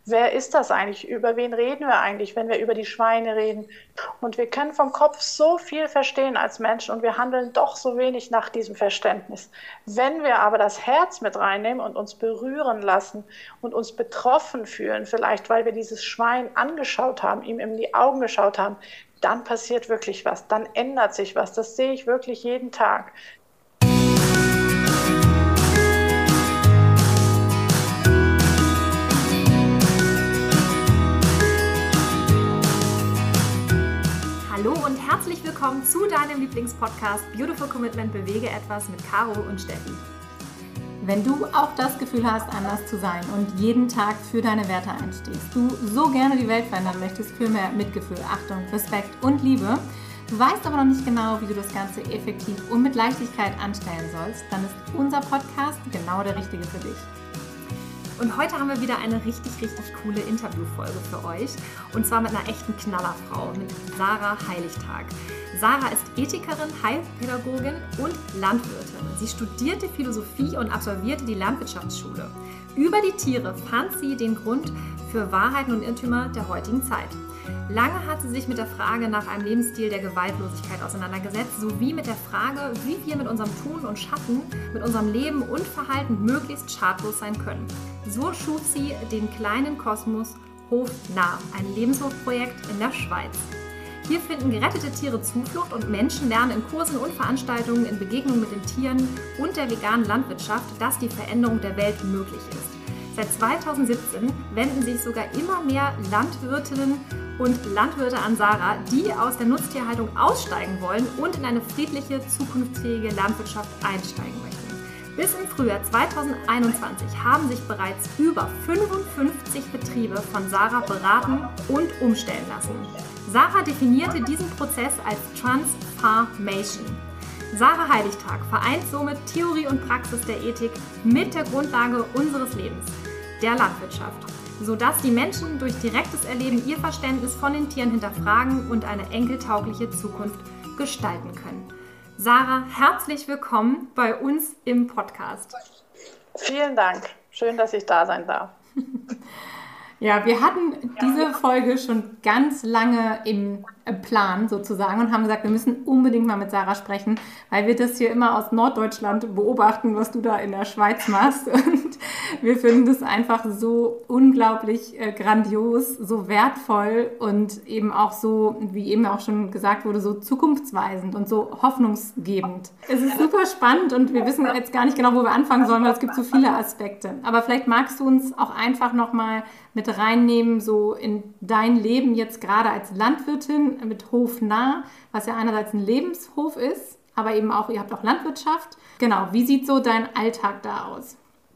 wer ist das eigentlich? Über wen reden wir eigentlich, wenn wir über die Schweine reden? Und wir können vom Kopf so viel verstehen als Menschen und wir handeln doch so wenig nach diesem Verständnis. Wenn wir aber das Herz mit reinnehmen und uns berühren lassen und uns betroffen fühlen, vielleicht weil wir dieses Schwein angeschaut haben, ihm in die Augen geschaut haben, dann passiert wirklich was, dann ändert sich was. Das sehe ich wirklich jeden Tag. Hallo und herzlich willkommen zu deinem Lieblingspodcast Beautiful Commitment – Bewege etwas mit Caro und Steffi. Wenn du auch das Gefühl hast, anders zu sein und jeden Tag für deine Werte einstehst, du so gerne die Welt verändern möchtest für mehr Mitgefühl, Achtung, Respekt und Liebe, du weißt aber noch nicht genau, wie du das Ganze effektiv und mit Leichtigkeit anstellen sollst, dann ist unser Podcast genau der richtige für dich. Und heute haben wir wieder eine richtig coole Interviewfolge für euch. Und zwar mit einer echten Knallerfrau, mit Sarah Heiligtag. Sarah ist Ethikerin, Heilpädagogin und Landwirtin. Sie studierte Philosophie und absolvierte die Landwirtschaftsschule. Über die Tiere fand sie den Grund für Wahrheiten und Irrtümer der heutigen Zeit. Lange hat sie sich mit der Frage nach einem Lebensstil der Gewaltlosigkeit auseinandergesetzt, sowie mit der Frage, wie wir mit unserem Tun und Schaffen, mit unserem Leben und Verhalten möglichst schadlos sein können. So schuf sie den kleinen Kosmos Hofnah, ein Lebenshofprojekt in der Schweiz. Hier finden gerettete Tiere Zuflucht und Menschen lernen in Kursen und Veranstaltungen in Begegnung mit den Tieren und der veganen Landwirtschaft, dass die Veränderung der Welt möglich ist. Seit 2017 wenden sich sogar immer mehr Landwirtinnen und Landwirte an Sarah, die aus der Nutztierhaltung aussteigen wollen und in eine friedliche, zukunftsfähige Landwirtschaft einsteigen möchten. Bis im Frühjahr 2021 haben sich bereits über 55 Betriebe von Sarah beraten und umstellen lassen. Sarah definierte diesen Prozess als Transformation. Sarah Heiligtag vereint somit Theorie und Praxis der Ethik mit der Grundlage unseres Lebens, der Landwirtschaft, sodass die Menschen durch direktes Erleben ihr Verständnis von den Tieren hinterfragen und eine enkeltaugliche Zukunft gestalten können. Sarah, herzlich willkommen bei uns im Podcast. Vielen Dank. Schön, dass ich da sein darf. Ja, wir hatten diese Folge schon ganz lange im Plan sozusagen und haben gesagt, wir müssen unbedingt mal mit Sarah sprechen, weil wir das hier immer aus Norddeutschland beobachten, was du da in der Schweiz machst. Und wir finden das einfach so unglaublich grandios, so wertvoll und eben auch so, wie eben auch schon gesagt wurde, so zukunftsweisend und so hoffnungsgebend. Es ist super spannend und wir wissen jetzt gar nicht genau, wo wir anfangen sollen, weil es gibt so viele Aspekte. Aber vielleicht magst du uns auch einfach nochmal mit reinnehmen, so in dein Leben jetzt gerade als Landwirtin mit Hofnah, was ja einerseits ein Lebenshof ist, aber eben auch, ihr habt auch Landwirtschaft. Genau, wie sieht so dein Alltag da aus?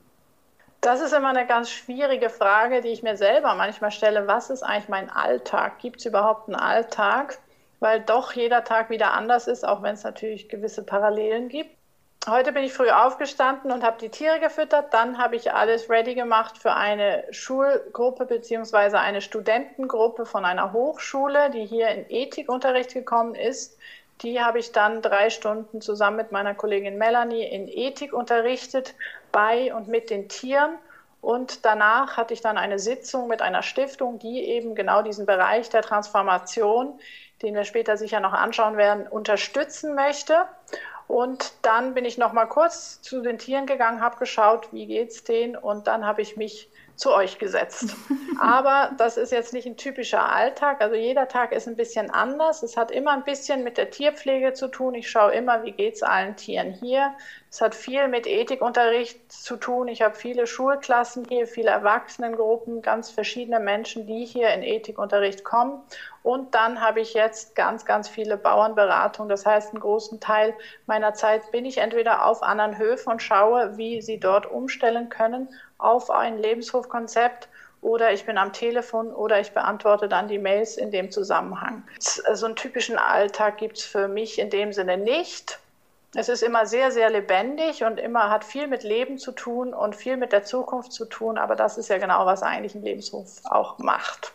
Das ist immer eine ganz schwierige Frage, die ich mir selber manchmal stelle. Was ist eigentlich mein Alltag? Gibt es überhaupt einen Alltag? Weil doch jeder Tag wieder anders ist, auch wenn es natürlich gewisse Parallelen gibt. Heute bin ich früh aufgestanden und habe die Tiere gefüttert. Dann habe ich alles ready gemacht für eine Schulgruppe bzw. eine Studentengruppe von einer Hochschule, die hier in Ethikunterricht gekommen ist. Die habe ich dann 3 Stunden zusammen mit meiner Kollegin Melanie in Ethik unterrichtet, bei und mit den Tieren. Und danach hatte ich dann eine Sitzung mit einer Stiftung, die eben genau diesen Bereich der Transformation, den wir später sicher noch anschauen werden, unterstützen möchte. Und dann bin ich noch mal kurz zu den Tieren gegangen, habe geschaut, wie geht's denen, und dann habe ich mich zu euch gesetzt. Aber das ist jetzt nicht ein typischer Alltag, also jeder Tag ist ein bisschen anders. Es hat immer ein bisschen mit der Tierpflege zu tun. Ich schaue immer, wie geht's allen Tieren hier. Es hat viel mit Ethikunterricht zu tun. Ich habe viele Schulklassen hier, viele Erwachsenengruppen, ganz verschiedene Menschen, die hier in Ethikunterricht kommen. Und dann habe ich jetzt ganz viele Bauernberatungen. Das heißt, einen großen Teil meiner Zeit bin ich entweder auf anderen Höfen und schaue, wie sie dort umstellen können auf ein Lebenshofkonzept, oder ich bin am Telefon oder ich beantworte dann die Mails in dem Zusammenhang. So einen typischen Alltag gibt es für mich in dem Sinne nicht. Es ist immer sehr lebendig und immer hat viel mit Leben zu tun und viel mit der Zukunft zu tun, aber das ist ja genau, was eigentlich ein Lebenshof auch macht.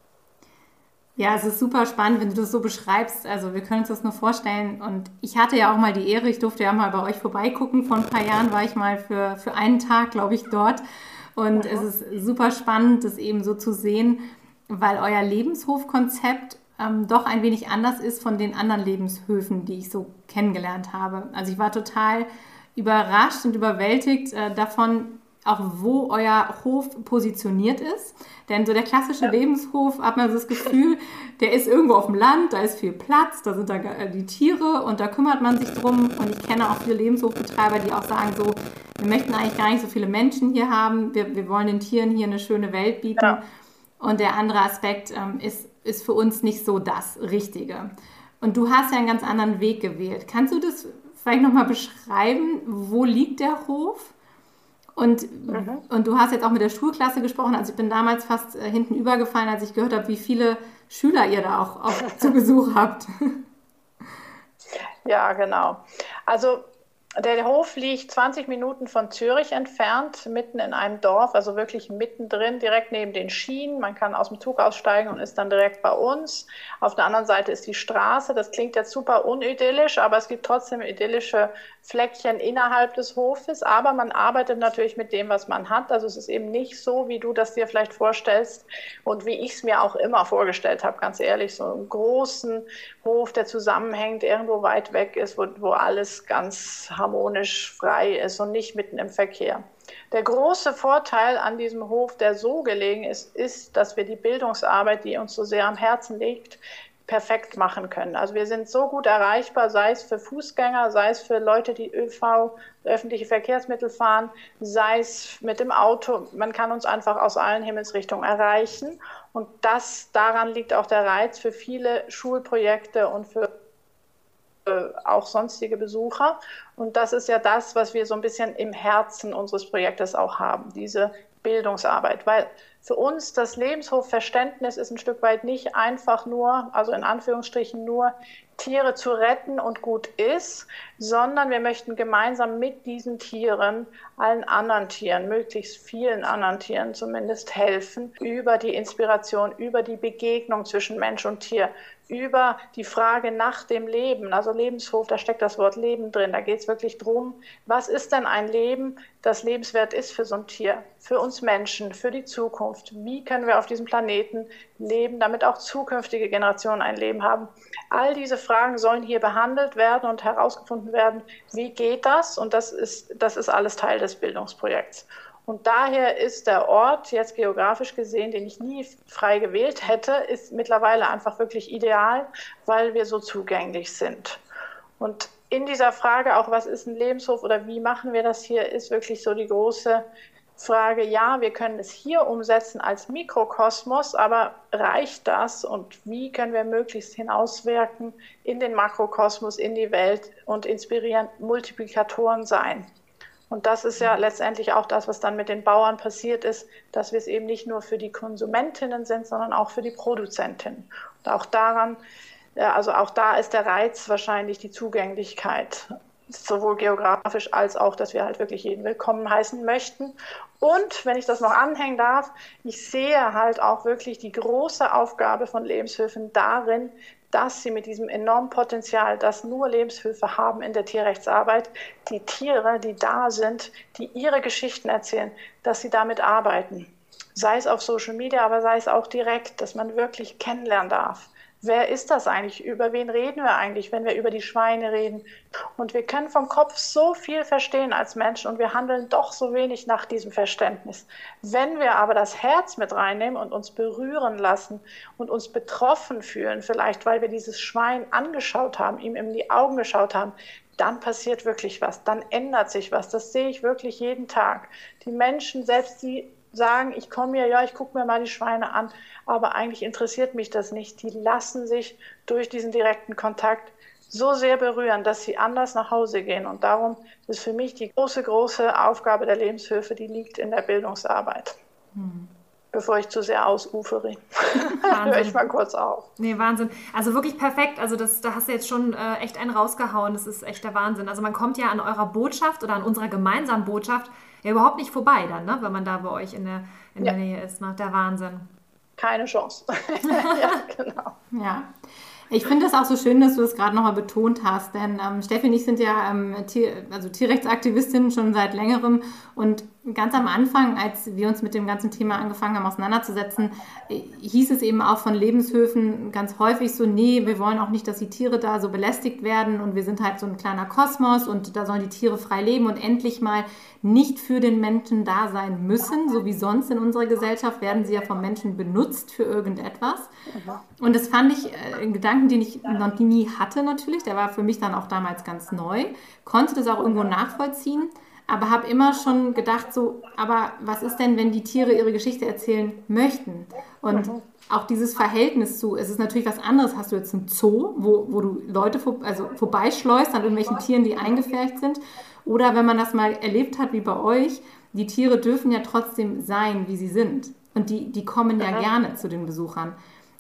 Ja, es ist super spannend, wenn du das so beschreibst. Also wir können uns das nur vorstellen. Und ich hatte ja auch mal die Ehre, ich durfte ja mal bei euch vorbeigucken. Vor ein paar Jahren war ich mal für einen Tag, glaube ich, dort. Und es ist super spannend, das eben so zu sehen, weil euer Lebenshofkonzept doch ein wenig anders ist von den anderen Lebenshöfen, die ich so kennengelernt habe. Also ich war total überrascht und überwältigt davon, auch wo euer Hof positioniert ist. Denn so der klassische Lebenshof, hat man so das Gefühl, der ist irgendwo auf dem Land, da ist viel Platz, da sind da die Tiere und da kümmert man sich drum. Und ich kenne auch viele Lebenshofbetreiber, die auch sagen so, wir möchten eigentlich gar nicht so viele Menschen hier haben, wir wollen den Tieren hier eine schöne Welt bieten. Ja. Und der andere Aspekt ist für uns nicht so das Richtige. Und du hast ja einen ganz anderen Weg gewählt. Kannst du das vielleicht nochmal beschreiben? Wo liegt der Hof? Und du hast jetzt auch mit der Schulklasse gesprochen. Also ich bin damals fast hinten übergefallen, als ich gehört habe, wie viele Schüler ihr da auch zu Besuch habt. Ja, genau. Also der Hof liegt 20 Minuten von Zürich entfernt, mitten in einem Dorf, also wirklich mittendrin, direkt neben den Schienen. Man kann aus dem Zug aussteigen und ist dann direkt bei uns. Auf der anderen Seite ist die Straße. Das klingt jetzt super unidyllisch, aber es gibt trotzdem idyllische Fleckchen innerhalb des Hofes. Aber man arbeitet natürlich mit dem, was man hat. Also es ist eben nicht so, wie du das dir vielleicht vorstellst und wie ich es mir auch immer vorgestellt habe, ganz ehrlich. So einen großen Hof, der zusammenhängt, irgendwo weit weg ist, wo alles ganz harmonisch frei ist und nicht mitten im Verkehr. Der große Vorteil an diesem Hof, der so gelegen ist, ist, dass wir die Bildungsarbeit, die uns so sehr am Herzen liegt, perfekt machen können. Also wir sind so gut erreichbar, sei es für Fußgänger, sei es für Leute, die ÖV, öffentliche Verkehrsmittel fahren, sei es mit dem Auto. Man kann uns einfach aus allen Himmelsrichtungen erreichen. Und daran liegt auch der Reiz für viele Schulprojekte und für auch sonstige Besucher. Und das ist ja das, was wir so ein bisschen im Herzen unseres Projektes auch haben, diese Bildungsarbeit. Weil für uns das Lebenshofverständnis ist ein Stück weit nicht einfach nur, also in Anführungsstrichen nur, Tiere zu retten und gut ist, sondern wir möchten gemeinsam mit diesen Tieren allen anderen Tieren, möglichst vielen anderen Tieren zumindest helfen, über die Inspiration, über die Begegnung zwischen Mensch und Tier, über die Frage nach dem Leben, also Lebenshof, da steckt das Wort Leben drin, da geht es wirklich drum, was ist denn ein Leben, das lebenswert ist für so ein Tier, für uns Menschen, für die Zukunft, wie können wir auf diesem Planeten leben, damit auch zukünftige Generationen ein Leben haben. All diese Fragen sollen hier behandelt werden und herausgefunden werden, wie geht das? Und das ist alles Teil des Bildungsprojekts. Und daher ist der Ort, jetzt geografisch gesehen, den ich nie frei gewählt hätte, ist mittlerweile einfach wirklich ideal, weil wir so zugänglich sind. Und in dieser Frage auch, was ist ein Lebenshof oder wie machen wir das hier, ist wirklich so die große Frage, ja, wir können es hier umsetzen als Mikrokosmos, aber reicht das und wie können wir möglichst hinauswirken in den Makrokosmos, in die Welt und inspirieren, Multiplikatoren sein? Und das ist ja letztendlich auch das, was dann mit den Bauern passiert ist, dass wir es eben nicht nur für die Konsumentinnen sind, sondern auch für die Produzentinnen. Und auch da ist der Reiz wahrscheinlich die Zugänglichkeit, sowohl geografisch als auch, dass wir halt wirklich jeden willkommen heißen möchten. Und wenn ich das noch anhängen darf, ich sehe halt auch wirklich die große Aufgabe von Lebenshöfen darin, dass sie mit diesem enormen Potenzial, das nur Lebenshöfe haben in der Tierrechtsarbeit, die Tiere, die da sind, die ihre Geschichten erzählen, dass sie damit arbeiten. Sei es auf Social Media, aber sei es auch direkt, dass man wirklich kennenlernen darf. Wer ist das eigentlich? Über wen reden wir eigentlich, wenn wir über die Schweine reden? Und wir können vom Kopf so viel verstehen als Menschen und wir handeln doch so wenig nach diesem Verständnis. Wenn wir aber das Herz mit reinnehmen und uns berühren lassen und uns betroffen fühlen, vielleicht weil wir dieses Schwein angeschaut haben, ihm in die Augen geschaut haben, dann passiert wirklich was, dann ändert sich was. Das sehe ich wirklich jeden Tag. Die Menschen, selbst die sagen, ich komme hier, ja, ich gucke mir mal die Schweine an, aber eigentlich interessiert mich das nicht. Die lassen sich durch diesen direkten Kontakt so sehr berühren, dass sie anders nach Hause gehen. Und darum ist für mich die große, große Aufgabe der Lebenshöfe, die liegt in der Bildungsarbeit. Bevor ich zu sehr ausufere, höre ich mal kurz auf. Nee, Wahnsinn. Also wirklich perfekt. Also da hast du jetzt schon echt einen rausgehauen. Das ist echt der Wahnsinn. Also man kommt ja an eurer Botschaft oder an unserer gemeinsamen Botschaft ja überhaupt nicht vorbei dann, ne? Wenn man da bei euch in der Nähe ist. Ne? Der Wahnsinn. Keine Chance. Ja, genau. Ja. Ich finde es auch so schön, dass du das gerade nochmal betont hast, denn Steffi und ich sind ja Tierrechtsaktivistinnen schon seit längerem und ganz am Anfang, als wir uns mit dem ganzen Thema angefangen haben auseinanderzusetzen, hieß es eben auch von Lebenshöfen ganz häufig so, nee, wir wollen auch nicht, dass die Tiere da so belästigt werden und wir sind halt so ein kleiner Kosmos und da sollen die Tiere frei leben und endlich mal nicht für den Menschen da sein müssen, so wie sonst in unserer Gesellschaft werden sie ja vom Menschen benutzt für irgendetwas. Und das fand ich einen Gedanken, den ich noch nie hatte natürlich, der war für mich dann auch damals ganz neu, konnte das auch irgendwo nachvollziehen, aber habe immer schon gedacht so, aber was ist denn, wenn die Tiere ihre Geschichte erzählen möchten? Und auch dieses Verhältnis zu, es ist natürlich was anderes, hast du jetzt einen Zoo, wo du Leute vorbeischleust an irgendwelchen Tieren, die eingepfercht sind, oder wenn man das mal erlebt hat wie bei euch, die Tiere dürfen ja trotzdem sein, wie sie sind. Und die kommen ja gerne zu den Besuchern.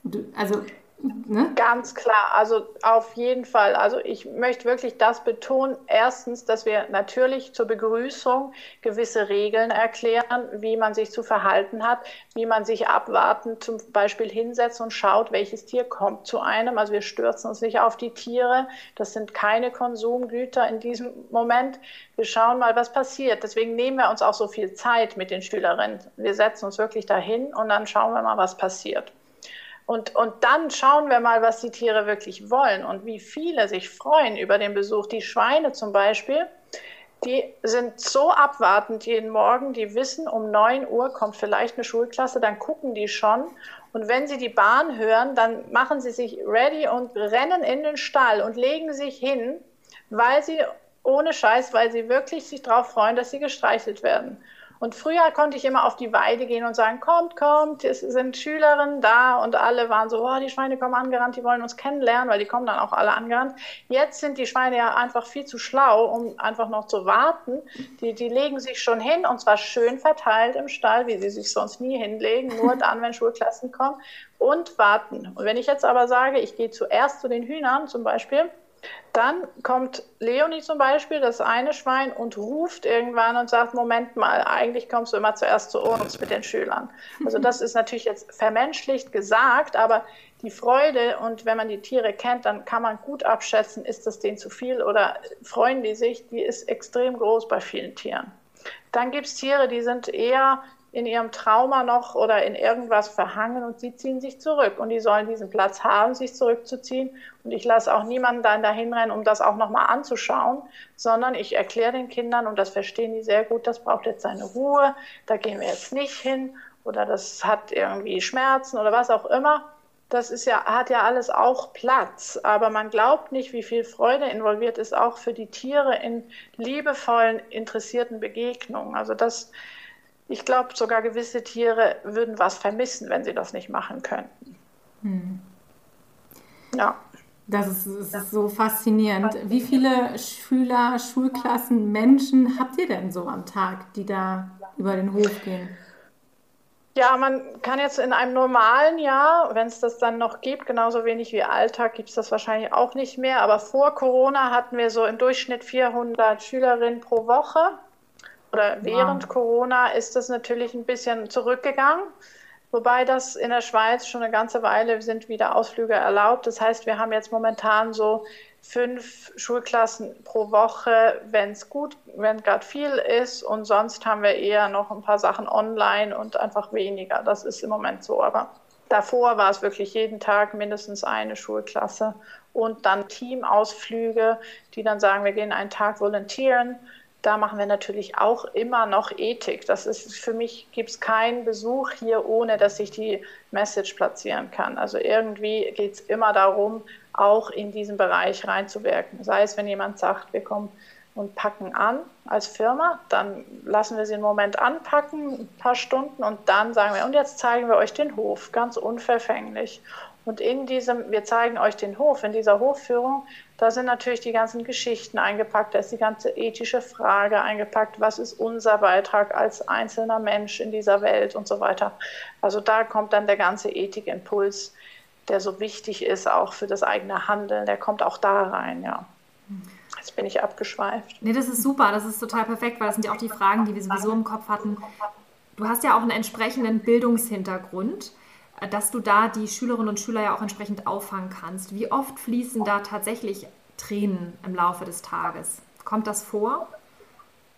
Ne? Ganz klar, also auf jeden Fall. Also ich möchte wirklich das betonen. Erstens, dass wir natürlich zur Begrüßung gewisse Regeln erklären, wie man sich zu verhalten hat, wie man sich abwartend zum Beispiel hinsetzt und schaut, welches Tier kommt zu einem. Also wir stürzen uns nicht auf die Tiere. Das sind keine Konsumgüter in diesem Moment. Wir schauen mal, was passiert. Deswegen nehmen wir uns auch so viel Zeit mit den Schülerinnen. Wir setzen uns wirklich dahin und dann schauen wir mal, was passiert. Und dann schauen wir mal, was die Tiere wirklich wollen und wie viele sich freuen über den Besuch. Die Schweine zum Beispiel, die sind so abwartend jeden Morgen, die wissen, um 9 Uhr kommt vielleicht eine Schulklasse, dann gucken die schon. Und wenn sie die Bahn hören, dann machen sie sich ready und rennen in den Stall und legen sich hin, weil sie, ohne Scheiß, weil sie wirklich sich darauf freuen, dass sie gestreichelt werden. Und früher konnte ich immer auf die Weide gehen und sagen, kommt, es sind Schülerinnen da und alle waren so, oh, die Schweine kommen angerannt, die wollen uns kennenlernen, weil die kommen dann auch alle angerannt. Jetzt sind die Schweine ja einfach viel zu schlau, um einfach noch zu warten. Die legen sich schon hin und zwar schön verteilt im Stall, wie sie sich sonst nie hinlegen, nur dann, wenn Schulklassen kommen und warten. Und wenn ich jetzt aber sage, ich gehe zuerst zu den Hühnern zum Beispiel, dann kommt Leonie zum Beispiel, das eine Schwein, und ruft irgendwann und sagt, Moment mal, eigentlich kommst du immer zuerst zu uns mit den Schülern. Also das ist natürlich jetzt vermenschlicht gesagt, aber die Freude, und wenn man die Tiere kennt, dann kann man gut abschätzen, ist das denen zu viel oder freuen die sich, die ist extrem groß bei vielen Tieren. Dann gibt es Tiere, die sind eher in ihrem Trauma noch oder in irgendwas verhangen und sie ziehen sich zurück und die sollen diesen Platz haben, sich zurückzuziehen und ich lasse auch niemanden dann dahin rennen, um das auch nochmal anzuschauen, sondern ich erkläre den Kindern und das verstehen die sehr gut, das braucht jetzt seine Ruhe, da gehen wir jetzt nicht hin oder das hat irgendwie Schmerzen oder was auch immer. Das ist ja, hat ja alles auch Platz, aber man glaubt nicht, wie viel Freude involviert ist, auch für die Tiere in liebevollen, interessierten Begegnungen. Also ich glaube, sogar gewisse Tiere würden was vermissen, wenn sie das nicht machen könnten. Ja. Das ist so faszinierend. Wie viele Schüler, Schulklassen, Menschen habt ihr denn so am Tag, die da über den Hof gehen? Ja, man kann jetzt in einem normalen Jahr, wenn es das dann noch gibt, genauso wenig wie Alltag, gibt es das wahrscheinlich auch nicht mehr. Aber vor Corona hatten wir so im Durchschnitt 400 Schülerinnen pro Woche. Oder während Corona ist das natürlich ein bisschen zurückgegangen, wobei das in der Schweiz schon eine ganze Weile sind wieder Ausflüge erlaubt. Das heißt, wir haben jetzt momentan so 5 Schulklassen pro Woche, wenn gerade viel ist und sonst haben wir eher noch ein paar Sachen online und einfach weniger. Das ist im Moment so, aber davor war es wirklich jeden Tag mindestens eine Schulklasse und dann Teamausflüge, die dann sagen, wir gehen einen Tag volontieren. Da machen wir natürlich auch immer noch Ethik. Das ist für mich, gibt es keinen Besuch hier, ohne dass ich die Message platzieren kann. Also irgendwie geht es immer darum, auch in diesen Bereich reinzuwirken. Sei es, wenn jemand sagt, wir kommen und packen an als Firma, dann lassen wir sie einen Moment anpacken, ein paar Stunden und dann sagen wir, und jetzt zeigen wir euch den Hof, ganz unverfänglich. Und wir zeigen euch den Hof, in dieser Hofführung, da sind natürlich die ganzen Geschichten eingepackt, da ist die ganze ethische Frage eingepackt, was ist unser Beitrag als einzelner Mensch in dieser Welt und so weiter. Also da kommt dann der ganze Ethikimpuls, der so wichtig ist, auch für das eigene Handeln, der kommt auch da rein, ja. Jetzt bin ich abgeschweift. Nee, das ist super, das ist total perfekt, weil das sind ja auch die Fragen, die wir sowieso im Kopf hatten. Du hast ja auch einen entsprechenden Bildungshintergrund, dass du da die Schülerinnen und Schüler ja auch entsprechend auffangen kannst. Wie oft fließen da tatsächlich Tränen im Laufe des Tages? Kommt das vor?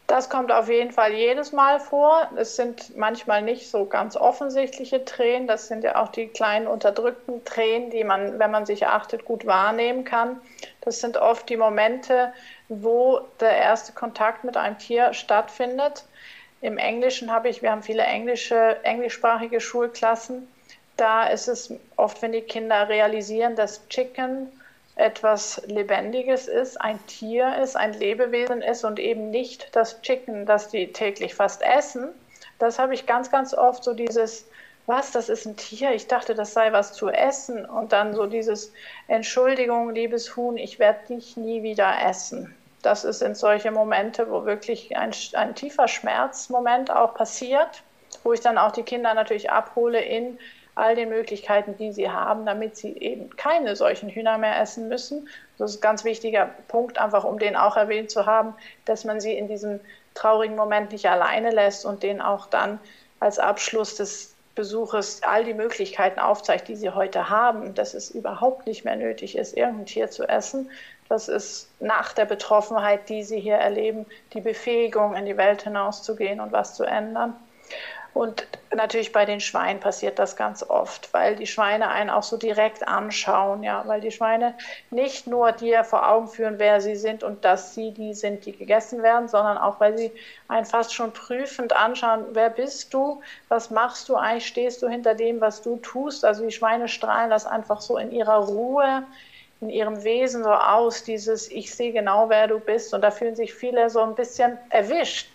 Das kommt auf jeden Fall jedes Mal vor. Es sind manchmal nicht so ganz offensichtliche Tränen. Das sind ja auch die kleinen unterdrückten Tränen, die man, wenn man sich achtet, gut wahrnehmen kann. Das sind oft die Momente, wo der erste Kontakt mit einem Tier stattfindet. Im Englischen wir haben viele englischsprachige Schulklassen. Da ist es oft, wenn die Kinder realisieren, dass Chicken etwas Lebendiges ist, ein Tier ist, ein Lebewesen ist und eben nicht das Chicken, das die täglich fast essen. Das habe ich ganz, ganz oft so dieses, was, das ist ein Tier? Ich dachte, das sei was zu essen. Und dann so dieses, Entschuldigung, liebes Huhn, ich werde dich nie wieder essen. Das sind solche Momente, wo wirklich ein tiefer Schmerzmoment auch passiert, wo ich dann auch die Kinder natürlich abhole in all den Möglichkeiten, die sie haben, damit sie eben keine solchen Hühner mehr essen müssen. Das ist ein ganz wichtiger Punkt, einfach um den auch erwähnt zu haben, dass man sie in diesem traurigen Moment nicht alleine lässt und denen auch dann als Abschluss des Besuches all die Möglichkeiten aufzeigt, die sie heute haben, dass es überhaupt nicht mehr nötig ist, irgendein Tier zu essen. Das ist nach der Betroffenheit, die sie hier erleben, die Befähigung, in die Welt hinauszugehen und was zu ändern. Und natürlich bei den Schweinen passiert das ganz oft, weil die Schweine einen auch so direkt anschauen, ja, weil die Schweine nicht nur dir vor Augen führen, wer sie sind und dass sie die sind, die gegessen werden, sondern auch, weil sie einen fast schon prüfend anschauen, wer bist du, was machst du eigentlich, stehst du hinter dem, was du tust. Also die Schweine strahlen das einfach so in ihrer Ruhe, in ihrem Wesen so aus, dieses ich sehe genau, wer du bist, und da fühlen sich viele so ein bisschen erwischt.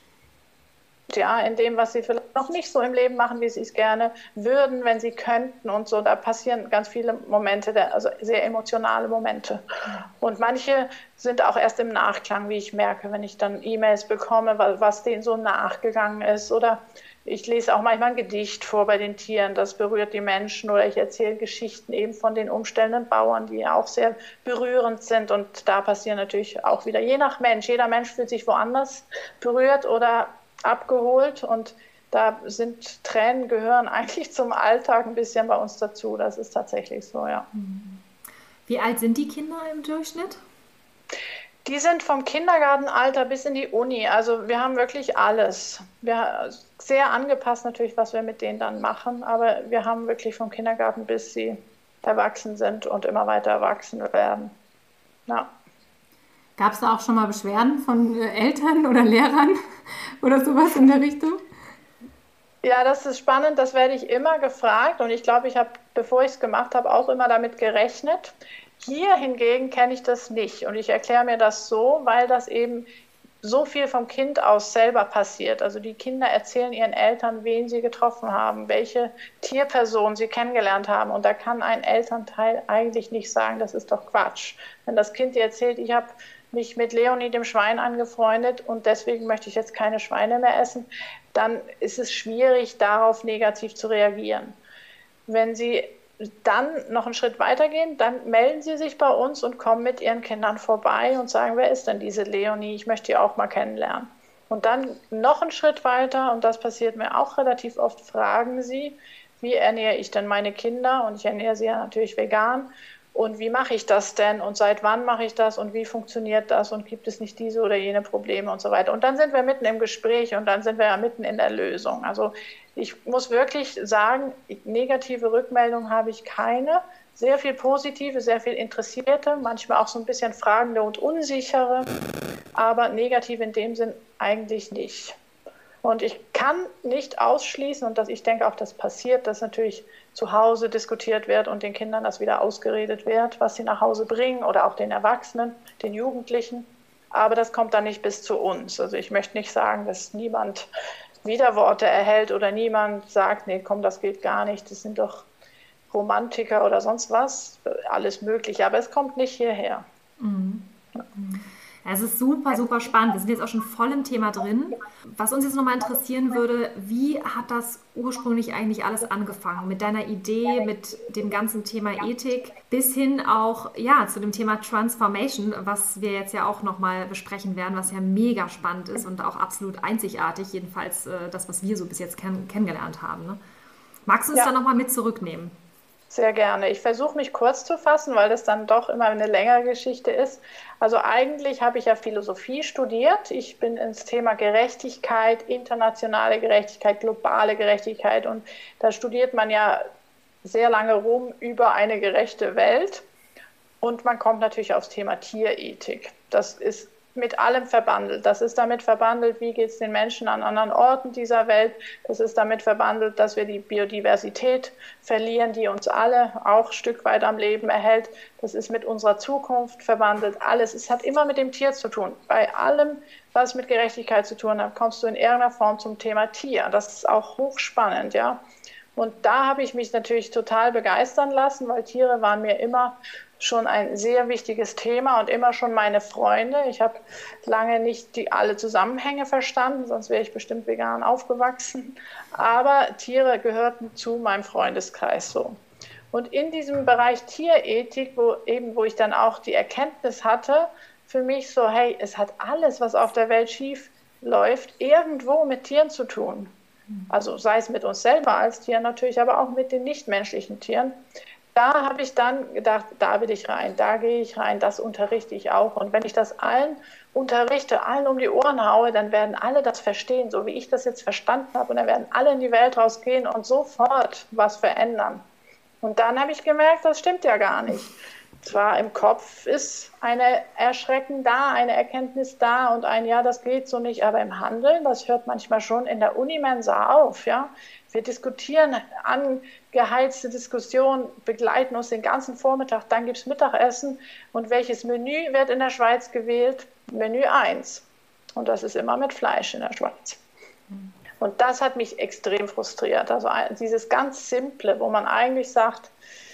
Ja, in dem, was sie vielleicht noch nicht so im Leben machen, wie sie es gerne würden, wenn sie könnten und so. Da passieren ganz viele Momente, also sehr emotionale Momente. Und manche sind auch erst im Nachklang, wie ich merke, wenn ich dann E-Mails bekomme, was denen so nachgegangen ist. Oder ich lese auch manchmal ein Gedicht vor bei den Tieren, das berührt die Menschen. Oder ich erzähle Geschichten eben von den umstellenden Bauern, die auch sehr berührend sind. Und da passieren natürlich auch wieder, je nach Mensch, jeder Mensch fühlt sich woanders berührt oder abgeholt, und da sind Tränen, gehören eigentlich zum Alltag ein bisschen bei uns dazu. Das ist tatsächlich so, ja. Wie alt sind die Kinder im Durchschnitt? Die sind vom Kindergartenalter bis in die Uni. Also wir haben wirklich alles. Sehr angepasst natürlich, was wir mit denen dann machen, aber wir haben wirklich vom Kindergarten bis sie erwachsen sind und immer weiter erwachsen werden. Ja. Gab es da auch schon mal Beschwerden von Eltern oder Lehrern oder sowas in der Richtung? Ja, das ist spannend, das werde ich immer gefragt, und ich glaube, ich habe, bevor ich es gemacht habe, auch immer damit gerechnet. Hier hingegen kenne ich das nicht, und ich erkläre mir das so, weil das eben so viel vom Kind aus selber passiert. Also die Kinder erzählen ihren Eltern, wen sie getroffen haben, welche Tierperson sie kennengelernt haben, und da kann ein Elternteil eigentlich nicht sagen, das ist doch Quatsch. Wenn das Kind dir erzählt, ich habe mich mit Leonie, dem Schwein, angefreundet und deswegen möchte ich jetzt keine Schweine mehr essen, dann ist es schwierig, darauf negativ zu reagieren. Wenn Sie dann noch einen Schritt weitergehen, dann melden Sie sich bei uns und kommen mit Ihren Kindern vorbei und sagen, wer ist denn diese Leonie? Ich möchte die auch mal kennenlernen. Und dann noch einen Schritt weiter, und das passiert mir auch relativ oft, fragen Sie, wie ernähre ich denn meine Kinder? Und ich ernähre sie ja natürlich vegan. Und wie mache ich das denn? Und seit wann mache ich das? Und wie funktioniert das? Und gibt es nicht diese oder jene Probleme und so weiter? Und dann sind wir mitten im Gespräch, und dann sind wir ja mitten in der Lösung. Also ich muss wirklich sagen, negative Rückmeldungen habe ich keine. Sehr viel positive, sehr viel interessierte, manchmal auch so ein bisschen fragende und unsichere, aber negativ in dem Sinn eigentlich nicht. Und ich kann nicht ausschließen, und ich denke auch, das passiert, dass natürlich zu Hause diskutiert wird und den Kindern das wieder ausgeredet wird, was sie nach Hause bringen, oder auch den Erwachsenen, den Jugendlichen. Aber das kommt dann nicht bis zu uns. Also ich möchte nicht sagen, dass niemand Widerworte erhält oder niemand sagt, nee, komm, das geht gar nicht, das sind doch Romantiker oder sonst was, alles Mögliche. Aber es kommt nicht hierher. Mhm. Es ist super, super spannend. Wir sind jetzt auch schon voll im Thema drin. Was uns jetzt nochmal interessieren würde, wie hat das ursprünglich eigentlich alles angefangen? Mit deiner Idee, mit dem ganzen Thema Ethik, bis hin auch zu dem Thema Transformation, was wir jetzt ja auch nochmal besprechen werden, was ja mega spannend ist und auch absolut einzigartig, jedenfalls das, was wir so bis jetzt kennengelernt haben. Ne? Magst du uns da nochmal mit zurücknehmen? Sehr gerne. Ich versuche mich kurz zu fassen, weil das dann doch immer eine längere Geschichte ist. Also eigentlich habe ich ja Philosophie studiert. Ich bin ins Thema Gerechtigkeit, internationale Gerechtigkeit, globale Gerechtigkeit und da studiert man ja sehr lange rum über eine gerechte Welt und man kommt natürlich aufs Thema Tierethik. Das ist mit allem verbandelt. Das ist damit verbandelt, wie geht es den Menschen an anderen Orten dieser Welt. Das ist damit verbandelt, dass wir die Biodiversität verlieren, die uns alle auch ein Stück weit am Leben erhält. Das ist mit unserer Zukunft verbandelt. Alles. Es hat immer mit dem Tier zu tun. Bei allem, was mit Gerechtigkeit zu tun hat, kommst du in irgendeiner Form zum Thema Tier. Das ist auch hochspannend, ja. Und da habe ich mich natürlich total begeistern lassen, weil Tiere waren mir immer schon ein sehr wichtiges Thema und immer schon meine Freunde. Ich habe lange nicht alle Zusammenhänge verstanden, sonst wäre ich bestimmt vegan aufgewachsen. Aber Tiere gehörten zu meinem Freundeskreis so. Und in diesem Bereich Tierethik, wo ich dann auch die Erkenntnis hatte, für mich so, hey, es hat alles, was auf der Welt schief läuft, irgendwo mit Tieren zu tun. Also sei es mit uns selber als Tieren natürlich, aber auch mit den nichtmenschlichen Tieren. Da habe ich dann gedacht, da will ich rein, da gehe ich rein, das unterrichte ich auch. Und wenn ich das allen unterrichte, allen um die Ohren haue, dann werden alle das verstehen, so wie ich das jetzt verstanden habe. Und dann werden alle in die Welt rausgehen und sofort was verändern. Und dann habe ich gemerkt, das stimmt ja gar nicht. Zwar im Kopf ist eine Erschrecken da, eine Erkenntnis da und ein Ja, das geht so nicht, aber im Handeln, das hört manchmal schon in der Unimensa auf, ja. Wir diskutieren, angeheizte Diskussionen begleiten uns den ganzen Vormittag, dann gibt es Mittagessen und welches Menü wird in der Schweiz gewählt? Menü 1 und das ist immer mit Fleisch in der Schweiz. Und das hat mich extrem frustriert, also dieses ganz Simple, wo man eigentlich sagt,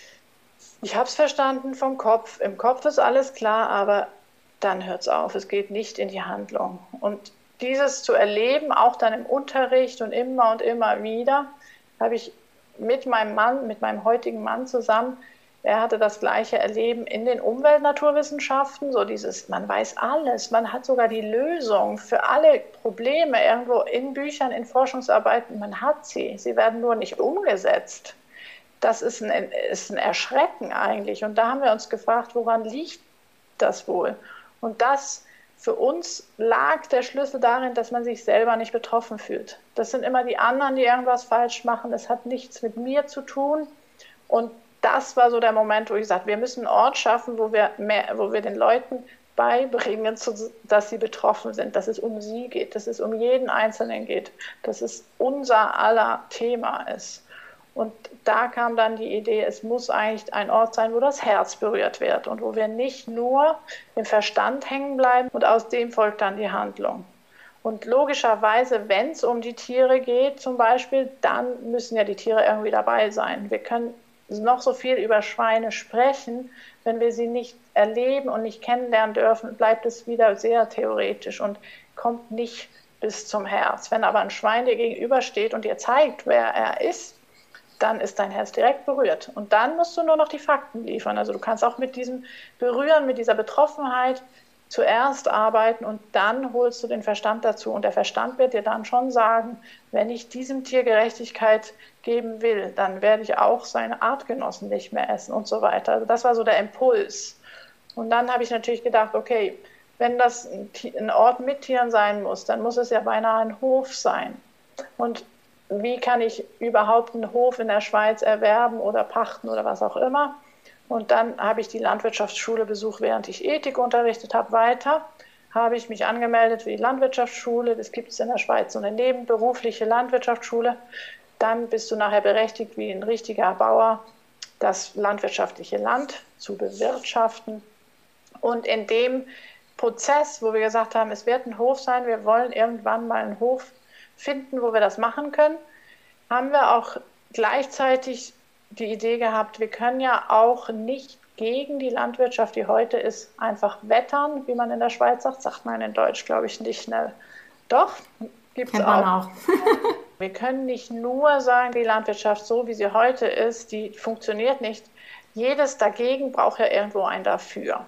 ich habe es verstanden vom Kopf, im Kopf ist alles klar, aber dann hört es auf, es geht nicht in die Handlung. Und dieses zu erleben, auch dann im Unterricht und immer wieder, habe ich mit meinem Mann, mit meinem heutigen Mann zusammen, er hatte das gleiche Erleben in den Umweltnaturwissenschaften, so dieses, man weiß alles, man hat sogar die Lösung für alle Probleme irgendwo in Büchern, in Forschungsarbeiten, man hat sie werden nur nicht umgesetzt. Das ist ein Erschrecken eigentlich. Und da haben wir uns gefragt, woran liegt das wohl? Und das für uns lag der Schlüssel darin, dass man sich selber nicht betroffen fühlt. Das sind immer die anderen, die irgendwas falsch machen. Das hat nichts mit mir zu tun. Und das war so der Moment, wo ich sagte, wir müssen einen Ort schaffen, wo wir den Leuten beibringen, dass sie betroffen sind, dass es um sie geht, dass es um jeden Einzelnen geht, dass es unser aller Thema ist. Und da kam dann die Idee, es muss eigentlich ein Ort sein, wo das Herz berührt wird und wo wir nicht nur im Verstand hängen bleiben und aus dem folgt dann die Handlung. Und logischerweise, wenn es um die Tiere geht zum Beispiel, dann müssen ja die Tiere irgendwie dabei sein. Wir können noch so viel über Schweine sprechen, wenn wir sie nicht erleben und nicht kennenlernen dürfen, bleibt es wieder sehr theoretisch und kommt nicht bis zum Herz. Wenn aber ein Schwein dir gegenübersteht und dir zeigt, wer er ist, dann ist dein Herz direkt berührt. Und dann musst du nur noch die Fakten liefern. Also du kannst auch mit diesem Berühren, mit dieser Betroffenheit zuerst arbeiten und dann holst du den Verstand dazu. Und der Verstand wird dir dann schon sagen, wenn ich diesem Tier Gerechtigkeit geben will, dann werde ich auch seine Artgenossen nicht mehr essen und so weiter. Also das war so der Impuls. Und dann habe ich natürlich gedacht, okay, wenn das ein Ort mit Tieren sein muss, dann muss es ja beinahe ein Hof sein. Und wie kann ich überhaupt einen Hof in der Schweiz erwerben oder pachten oder was auch immer. Und dann habe ich die Landwirtschaftsschule besucht, während ich Ethik unterrichtet habe, weiter. Habe ich mich angemeldet für die Landwirtschaftsschule. Das gibt es in der Schweiz, so eine nebenberufliche Landwirtschaftsschule. Dann bist du nachher berechtigt, wie ein richtiger Bauer, das landwirtschaftliche Land zu bewirtschaften. Und in dem Prozess, wo wir gesagt haben, es wird ein Hof sein, wir wollen irgendwann mal einen Hof finden, wo wir das machen können, haben wir auch gleichzeitig die Idee gehabt, wir können ja auch nicht gegen die Landwirtschaft, die heute ist, einfach wettern, wie man in der Schweiz sagt man in Deutsch, glaube ich, nicht schnell. Doch, gibt es auch. Wir können nicht nur sagen, die Landwirtschaft, so wie sie heute ist, die funktioniert nicht. Jedes dagegen braucht ja irgendwo ein Dafür.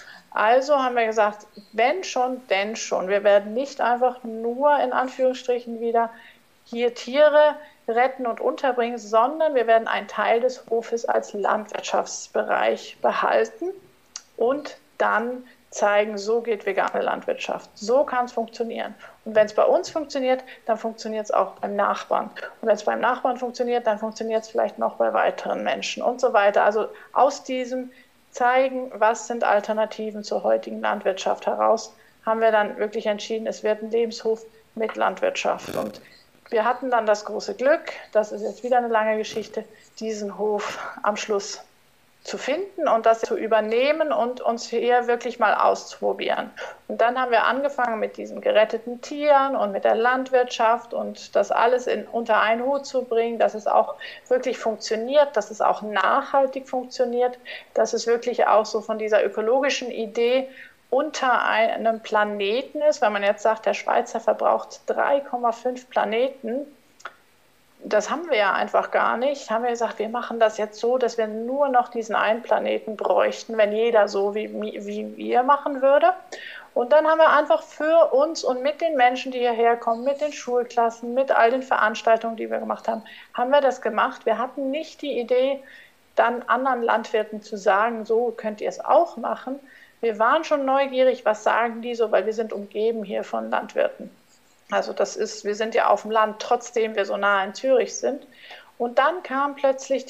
Also haben wir gesagt, wenn schon, denn schon. Wir werden nicht einfach nur in Anführungsstrichen wieder hier Tiere retten und unterbringen, sondern wir werden einen Teil des Hofes als Landwirtschaftsbereich behalten und dann zeigen, so geht vegane Landwirtschaft. So kann es funktionieren. Und wenn es bei uns funktioniert, dann funktioniert es auch beim Nachbarn. Und wenn es beim Nachbarn funktioniert, dann funktioniert es vielleicht noch bei weiteren Menschen und so weiter. Also aus diesem Zeigen, was sind Alternativen zur heutigen Landwirtschaft heraus, haben wir dann wirklich entschieden, es wird ein Lebenshof mit Landwirtschaft. Und wir hatten dann das große Glück, das ist jetzt wieder eine lange Geschichte, diesen Hof am Schluss zu finden und das zu übernehmen und uns hier wirklich mal auszuprobieren. Und dann haben wir angefangen mit diesen geretteten Tieren und mit der Landwirtschaft und das alles unter einen Hut zu bringen, dass es auch wirklich funktioniert, dass es auch nachhaltig funktioniert, dass es wirklich auch so von dieser ökologischen Idee unter einem Planeten ist. Wenn man jetzt sagt, der Schweizer verbraucht 3,5 Planeten, das haben wir ja einfach gar nicht. Haben wir gesagt, wir machen das jetzt so, dass wir nur noch diesen einen Planeten bräuchten, wenn jeder so wie wir machen würde. Und dann haben wir einfach für uns und mit den Menschen, die hierher kommen, mit den Schulklassen, mit all den Veranstaltungen, die wir gemacht haben, haben wir das gemacht. Wir hatten nicht die Idee, dann anderen Landwirten zu sagen, so könnt ihr es auch machen. Wir waren schon neugierig, was sagen die so, weil wir sind umgeben hier von Landwirten. Also wir sind ja auf dem Land, trotzdem wir so nah in Zürich sind. Und dann kamen plötzlich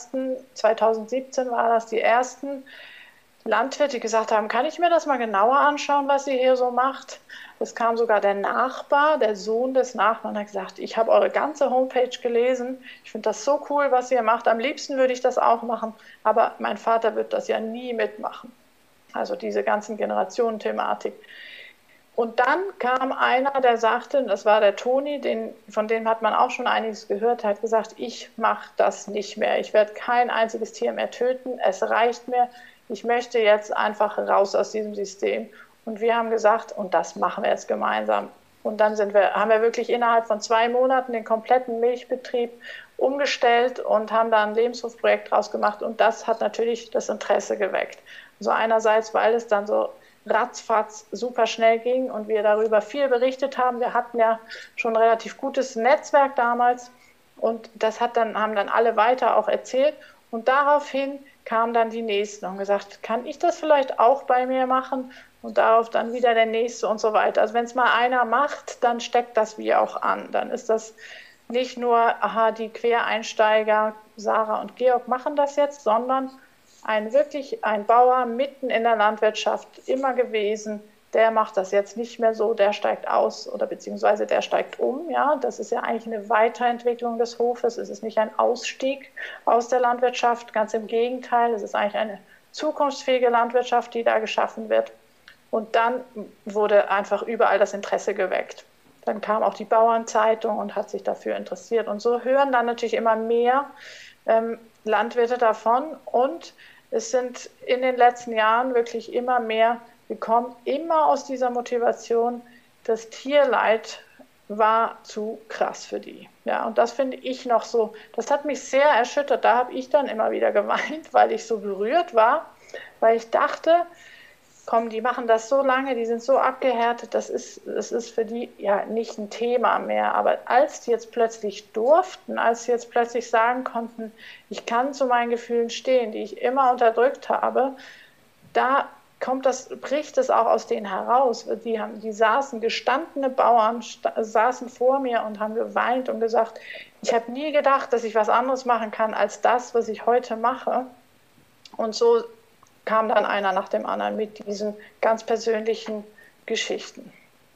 2017 war das, die ersten Landwirte, die gesagt haben, kann ich mir das mal genauer anschauen, was ihr hier so macht? Es kam sogar der Nachbar, der Sohn des Nachbarn, hat gesagt, ich habe eure ganze Homepage gelesen, ich finde das so cool, was ihr macht, am liebsten würde ich das auch machen, aber mein Vater wird das ja nie mitmachen. Also diese ganzen Generationen-Thematik. Und dann kam einer, der sagte, das war der Toni, von dem hat man auch schon einiges gehört, hat gesagt, ich mache das nicht mehr. Ich werde kein einziges Tier mehr töten. Es reicht mir. Ich möchte jetzt einfach raus aus diesem System. Und wir haben gesagt, und das machen wir jetzt gemeinsam. Und dann haben wir wirklich innerhalb von 2 Monaten den kompletten Milchbetrieb umgestellt und haben da ein Lebenshofprojekt draus gemacht. Und das hat natürlich das Interesse geweckt. Also einerseits, weil es dann so ratzfatz super schnell ging und wir darüber viel berichtet haben. Wir hatten ja schon ein relativ gutes Netzwerk damals und das haben dann alle weiter auch erzählt und daraufhin kamen dann die Nächsten und gesagt, kann ich das vielleicht auch bei mir machen? Und darauf dann wieder der Nächste und so weiter. Also wenn es mal einer macht, dann steckt das wie auch an. Dann ist das nicht nur, die Quereinsteiger, Sarah und Georg machen das jetzt, sondern ein Bauer mitten in der Landwirtschaft immer gewesen, der macht das jetzt nicht mehr so, der steigt aus oder beziehungsweise der steigt um. Ja? Das ist ja eigentlich eine Weiterentwicklung des Hofes. Es ist nicht ein Ausstieg aus der Landwirtschaft, ganz im Gegenteil. Es ist eigentlich eine zukunftsfähige Landwirtschaft, die da geschaffen wird. Und dann wurde einfach überall das Interesse geweckt. Dann kam auch die Bauernzeitung und hat sich dafür interessiert. Und so hören dann natürlich immer mehr Landwirte davon und es sind in den letzten Jahren wirklich immer mehr gekommen, immer aus dieser Motivation, das Tierleid war zu krass für die. Ja, und das finde ich noch so, das hat mich sehr erschüttert, da habe ich dann immer wieder geweint, weil ich so berührt war, weil ich dachte, komm, die machen das so lange, die sind so abgehärtet, das ist für die ja nicht ein Thema mehr. Aber als die jetzt plötzlich durften, als sie jetzt plötzlich sagen konnten, ich kann zu meinen Gefühlen stehen, die ich immer unterdrückt habe, da bricht es auch aus denen heraus. Die saßen, gestandene Bauern, saßen vor mir und haben geweint und gesagt, ich habe nie gedacht, dass ich was anderes machen kann als das, was ich heute mache. Und so kam dann einer nach dem anderen mit diesen ganz persönlichen Geschichten.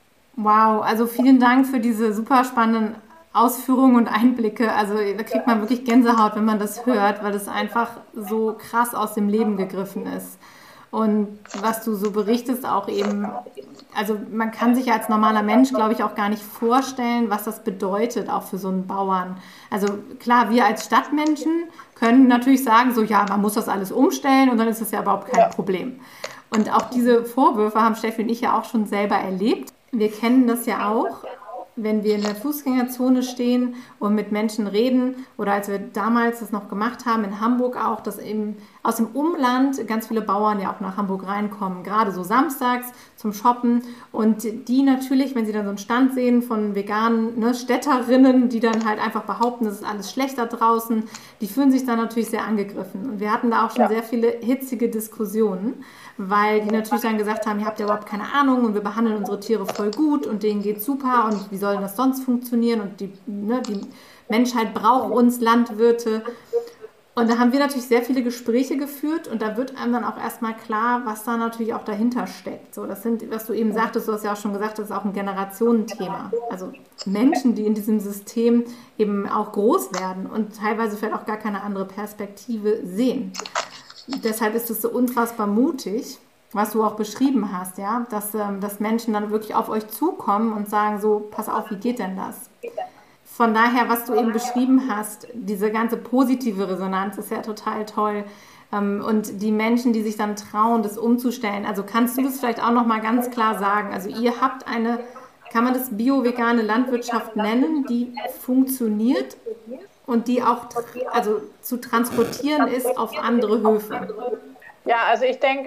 Wow, also vielen Dank für diese super spannenden Ausführungen und Einblicke. Also da kriegt man wirklich Gänsehaut, wenn man das hört, weil es einfach so krass aus dem Leben gegriffen ist. Und was du so berichtest auch eben, also man kann sich als normaler Mensch, glaube ich, auch gar nicht vorstellen, was das bedeutet, auch für so einen Bauern. Also klar, wir als Stadtmenschen können natürlich sagen, so ja, man muss das alles umstellen und dann ist das ja überhaupt kein Problem. Und auch diese Vorwürfe haben Steffi und ich ja auch schon selber erlebt. Wir kennen das ja auch. wenn wir in der Fußgängerzone stehen und mit Menschen reden oder als wir damals das noch gemacht haben, in Hamburg auch, dass eben aus dem Umland ganz viele Bauern ja auch nach Hamburg reinkommen, gerade so samstags zum Shoppen und die natürlich, wenn sie dann so einen Stand sehen von veganen Städterinnen, die dann halt einfach behaupten, das ist alles schlecht da draußen, die fühlen sich dann natürlich sehr angegriffen und wir hatten da auch schon sehr viele hitzige Diskussionen, weil die natürlich dann gesagt haben, ihr habt ja überhaupt keine Ahnung und wir behandeln unsere Tiere voll gut und denen geht's super und wie soll das sonst funktionieren und die Menschheit braucht uns Landwirte. Und da haben wir natürlich sehr viele Gespräche geführt und da wird einem dann auch erstmal klar, was da natürlich auch dahinter steckt. So, das sind, was du eben sagtest, du hast ja auch schon gesagt, das ist auch ein Generationenthema. Also Menschen, die in diesem System eben auch groß werden und teilweise vielleicht auch gar keine andere Perspektive sehen. Deshalb ist es so unfassbar mutig, was du auch beschrieben hast, ja, dass Menschen dann wirklich auf euch zukommen und sagen so, pass auf, wie geht denn das? Von daher, was du eben beschrieben hast, diese ganze positive Resonanz ist ja total toll. Und die Menschen, die sich dann trauen, das umzustellen, also kannst du das vielleicht auch nochmal ganz klar sagen? Also ihr habt eine, kann man das bio-vegane Landwirtschaft nennen, die funktioniert und die auch also zu transportieren ist auf andere Höfe? Ja, also ich denke,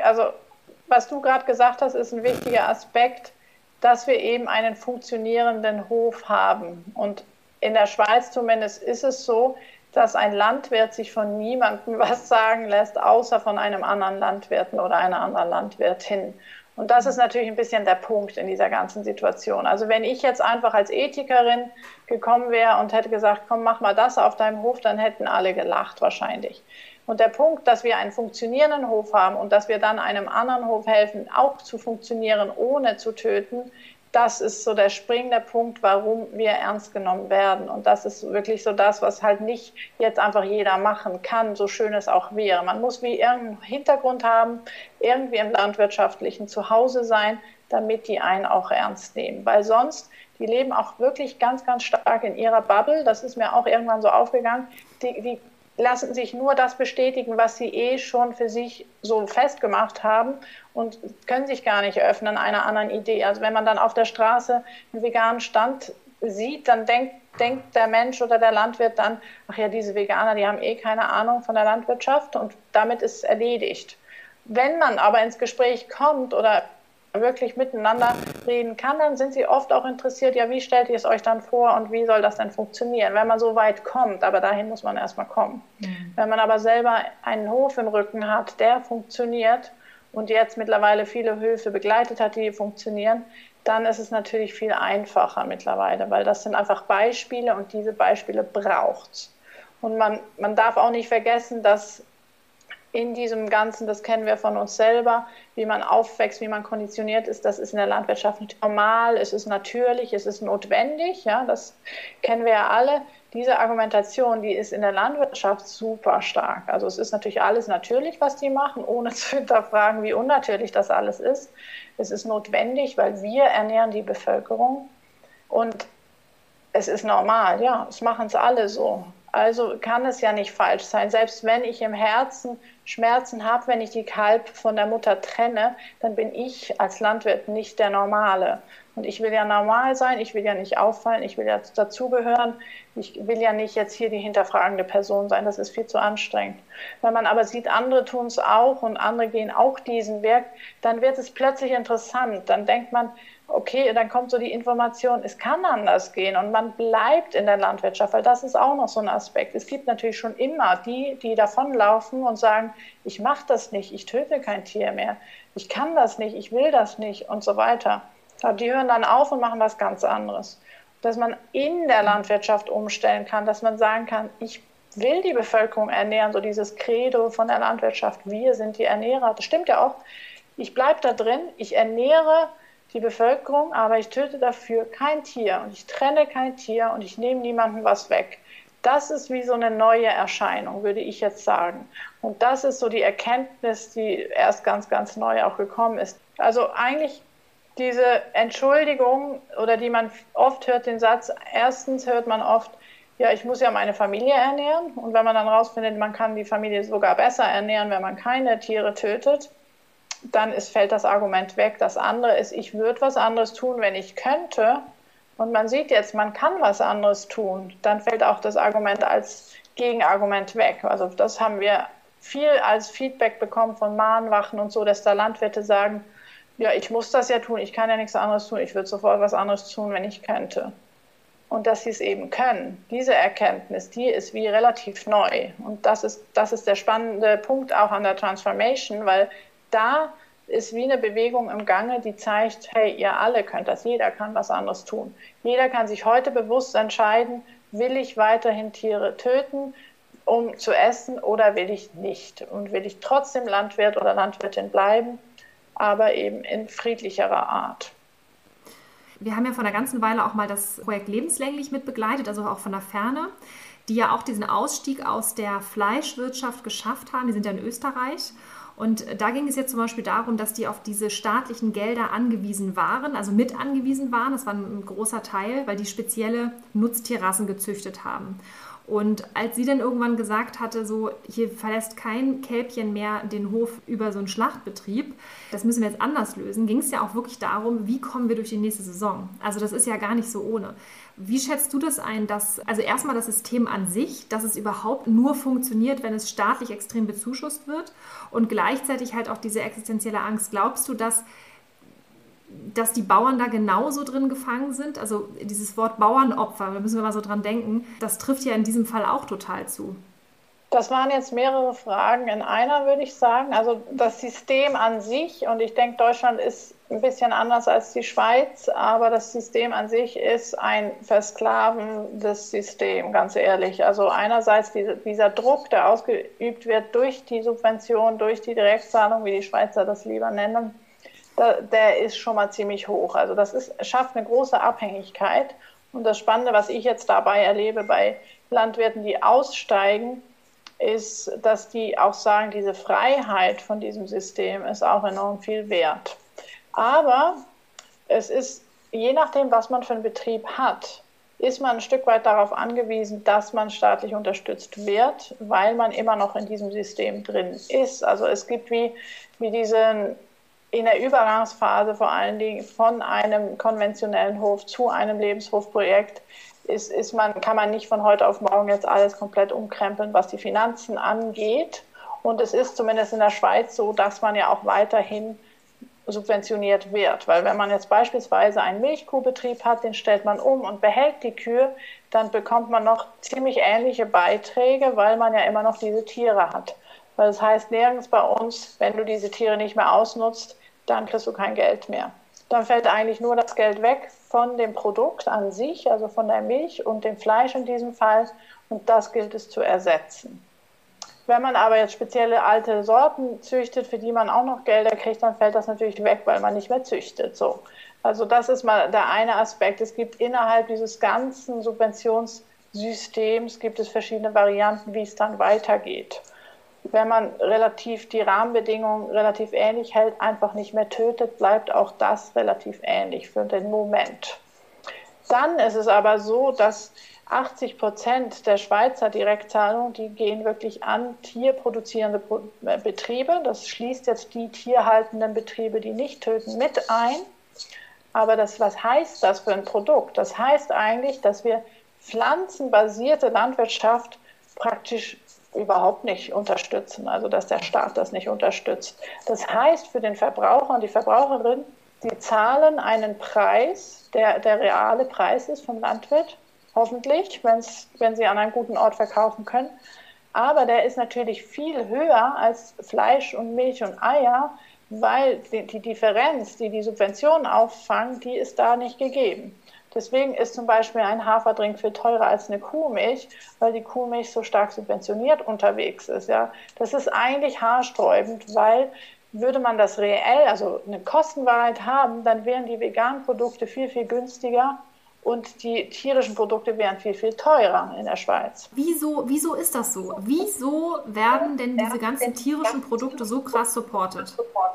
was du gerade gesagt hast, ist ein wichtiger Aspekt, dass wir eben einen funktionierenden Hof haben. Und in der Schweiz zumindest ist es so, dass ein Landwirt sich von niemandem was sagen lässt, außer von einem anderen Landwirten oder einer anderen Landwirtin. Und das ist natürlich ein bisschen der Punkt in dieser ganzen Situation. Also wenn ich jetzt einfach als Ethikerin gekommen wäre und hätte gesagt, komm, mach mal das auf deinem Hof, dann hätten alle gelacht wahrscheinlich. Und der Punkt, dass wir einen funktionierenden Hof haben und dass wir dann einem anderen Hof helfen, auch zu funktionieren, ohne zu töten, das ist so der springende Punkt, warum wir ernst genommen werden. Und das ist wirklich so das, was halt nicht jetzt einfach jeder machen kann, so schön es auch wäre. Man muss wie irgendeinen Hintergrund haben, irgendwie im landwirtschaftlichen Zuhause sein, damit die einen auch ernst nehmen. Weil sonst, die leben auch wirklich ganz, ganz stark in ihrer Bubble. Das ist mir auch irgendwann so aufgegangen. Die lassen sich nur das bestätigen, was sie schon für sich so festgemacht haben und können sich gar nicht öffnen einer anderen Idee. Also wenn man dann auf der Straße einen veganen Stand sieht, dann denkt der Mensch oder der Landwirt dann, ach ja, diese Veganer, die haben keine Ahnung von der Landwirtschaft und damit ist es erledigt. Wenn man aber ins Gespräch kommt oder wirklich miteinander reden kann, dann sind sie oft auch interessiert, ja, wie stellt ihr es euch dann vor und wie soll das denn funktionieren, wenn man so weit kommt, aber dahin muss man erstmal kommen. Mhm. Wenn man aber selber einen Hof im Rücken hat, der funktioniert und jetzt mittlerweile viele Höfe begleitet hat, die funktionieren, dann ist es natürlich viel einfacher mittlerweile, weil das sind einfach Beispiele und diese Beispiele braucht's. Und man darf auch nicht vergessen, dass in diesem Ganzen, das kennen wir von uns selber, wie man aufwächst, wie man konditioniert ist, das ist in der Landwirtschaft nicht normal, es ist natürlich, es ist notwendig, ja, das kennen wir ja alle. Diese Argumentation, die ist in der Landwirtschaft super stark. Also es ist natürlich alles natürlich, was die machen, ohne zu hinterfragen, wie unnatürlich das alles ist. Es ist notwendig, weil wir ernähren die Bevölkerung und es ist normal, ja, es machen es alle so. Also kann es ja nicht falsch sein. Selbst wenn ich im Herzen Schmerzen habe, wenn ich die Kalb von der Mutter trenne, dann bin ich als Landwirt nicht der Normale. Und ich will ja normal sein, ich will ja nicht auffallen, ich will ja dazugehören. Ich will ja nicht jetzt hier die hinterfragende Person sein, das ist viel zu anstrengend. Wenn man aber sieht, andere tun es auch und andere gehen auch diesen Weg, dann wird es plötzlich interessant. Dann denkt man, okay, dann kommt so die Information, es kann anders gehen und man bleibt in der Landwirtschaft, weil das ist auch noch so ein Aspekt. Es gibt natürlich schon immer die davonlaufen und sagen, ich mache das nicht, ich töte kein Tier mehr, ich kann das nicht, ich will das nicht und so weiter. Aber die hören dann auf und machen was ganz anderes. Dass man in der Landwirtschaft umstellen kann, dass man sagen kann, ich will die Bevölkerung ernähren, so dieses Credo von der Landwirtschaft, wir sind die Ernährer, das stimmt ja auch. Ich bleibe da drin, ich ernähre die Bevölkerung, aber ich töte dafür kein Tier und ich trenne kein Tier und ich nehme niemandem was weg. Das ist wie so eine neue Erscheinung, würde ich jetzt sagen. Und das ist so die Erkenntnis, die erst ganz, ganz neu auch gekommen ist. Also eigentlich diese Entschuldigung oder die man oft hört, den Satz, erstens hört man oft, ja, ich muss ja meine Familie ernähren. Und wenn man dann rausfindet, man kann die Familie sogar besser ernähren, wenn man keine Tiere tötet, dann fällt das Argument weg. Das andere ist, ich würde was anderes tun, wenn ich könnte, und man sieht jetzt, man kann was anderes tun, dann fällt auch das Argument als Gegenargument weg. Also das haben wir viel als Feedback bekommen von Mahnwachen und so, dass da Landwirte sagen, ja, ich muss das ja tun, ich kann ja nichts anderes tun, ich würde sofort was anderes tun, wenn ich könnte. Und dass sie es eben können, diese Erkenntnis, die ist wie relativ neu. Und das ist der spannende Punkt auch an der Transformation, weil da ist wie eine Bewegung im Gange, die zeigt, hey, ihr alle könnt das, jeder kann was anderes tun. Jeder kann sich heute bewusst entscheiden, will ich weiterhin Tiere töten, um zu essen, oder will ich nicht? Und will ich trotzdem Landwirt oder Landwirtin bleiben, aber eben in friedlicherer Art. Wir haben ja vor einer ganzen Weile auch mal das Projekt Lebenslänglich mit begleitet, also auch von der Ferne, die ja auch diesen Ausstieg aus der Fleischwirtschaft geschafft haben. Die sind ja in Österreich. Und da ging es jetzt zum Beispiel darum, dass die auf diese staatlichen Gelder angewiesen waren, also mit angewiesen waren. Das war ein großer Teil, weil die spezielle Nutztierrassen gezüchtet haben. Und als sie dann irgendwann gesagt hatte, so, hier verlässt kein Kälbchen mehr den Hof über so einen Schlachtbetrieb, das müssen wir jetzt anders lösen, ging es ja auch wirklich darum, wie kommen wir durch die nächste Saison. Also das ist ja gar nicht so ohne. Wie schätzt du das ein, dass, also erstmal das System an sich, dass es überhaupt nur funktioniert, wenn es staatlich extrem bezuschusst wird, und gleichzeitig halt auch diese existenzielle Angst. Glaubst du, dass die Bauern da genauso drin gefangen sind? Also dieses Wort Bauernopfer, da müssen wir mal so dran denken, das trifft ja in diesem Fall auch total zu. Das waren jetzt mehrere Fragen in einer, würde ich sagen. Also das System an sich, und ich denke, Deutschland ist ein bisschen anders als die Schweiz, aber das System an sich ist ein versklavendes System, ganz ehrlich. Also einerseits dieser Druck, der ausgeübt wird durch die Subvention, durch die Direktzahlung, wie die Schweizer das lieber nennen, der ist schon mal ziemlich hoch. Also das schafft eine große Abhängigkeit. Und das Spannende, was ich jetzt dabei erlebe bei Landwirten, die aussteigen, ist, dass die auch sagen, diese Freiheit von diesem System ist auch enorm viel wert. Aber es ist, je nachdem, was man für einen Betrieb hat, ist man ein Stück weit darauf angewiesen, dass man staatlich unterstützt wird, weil man immer noch in diesem System drin ist. Also es gibt wie diesen, in der Übergangsphase vor allen Dingen von einem konventionellen Hof zu einem Lebenshofprojekt kann man nicht von heute auf morgen jetzt alles komplett umkrempeln, was die Finanzen angeht. Und es ist zumindest in der Schweiz so, dass man ja auch weiterhin subventioniert wird. Weil wenn man jetzt beispielsweise einen Milchkuhbetrieb hat, den stellt man um und behält die Kühe, dann bekommt man noch ziemlich ähnliche Beiträge, weil man ja immer noch diese Tiere hat. Weil das heißt, nirgends bei uns, wenn du diese Tiere nicht mehr ausnutzt, dann kriegst du kein Geld mehr. Dann fällt eigentlich nur das Geld weg von dem Produkt an sich, also von der Milch und dem Fleisch in diesem Fall, und das gilt es zu ersetzen. Wenn man aber jetzt spezielle alte Sorten züchtet, für die man auch noch Gelder kriegt, dann fällt das natürlich weg, weil man nicht mehr züchtet. So. Also das ist mal der eine Aspekt. Es gibt innerhalb dieses ganzen Subventionssystems gibt es verschiedene Varianten, wie es dann weitergeht. Wenn man die Rahmenbedingungen relativ ähnlich hält, einfach nicht mehr tötet, bleibt auch das relativ ähnlich für den Moment. Dann ist es aber so, dass 80% der Schweizer Direktzahlungen, die gehen wirklich an tierproduzierende Betriebe. Das schließt jetzt die tierhaltenden Betriebe, die nicht töten, mit ein. Aber was heißt das für ein Produkt? Das heißt eigentlich, dass wir pflanzenbasierte Landwirtschaft praktisch überhaupt nicht unterstützen, also dass der Staat das nicht unterstützt. Das heißt für den Verbraucher und die Verbraucherin, die zahlen einen Preis, der reale Preis ist vom Landwirt, hoffentlich, wenn sie an einem guten Ort verkaufen können. Aber der ist natürlich viel höher als Fleisch und Milch und Eier, weil die Differenz, die Subventionen auffangen, die ist da nicht gegeben. Deswegen ist zum Beispiel ein Haferdrink viel teurer als eine Kuhmilch, weil die Kuhmilch so stark subventioniert unterwegs ist. Ja. Das ist eigentlich haarsträubend, weil würde man das reell, also eine Kostenwahrheit haben, dann wären die veganen Produkte viel, viel günstiger und die tierischen Produkte wären viel, viel teurer in der Schweiz. Wieso ist das so? Wieso werden denn diese ganzen tierischen Produkte so krass supported?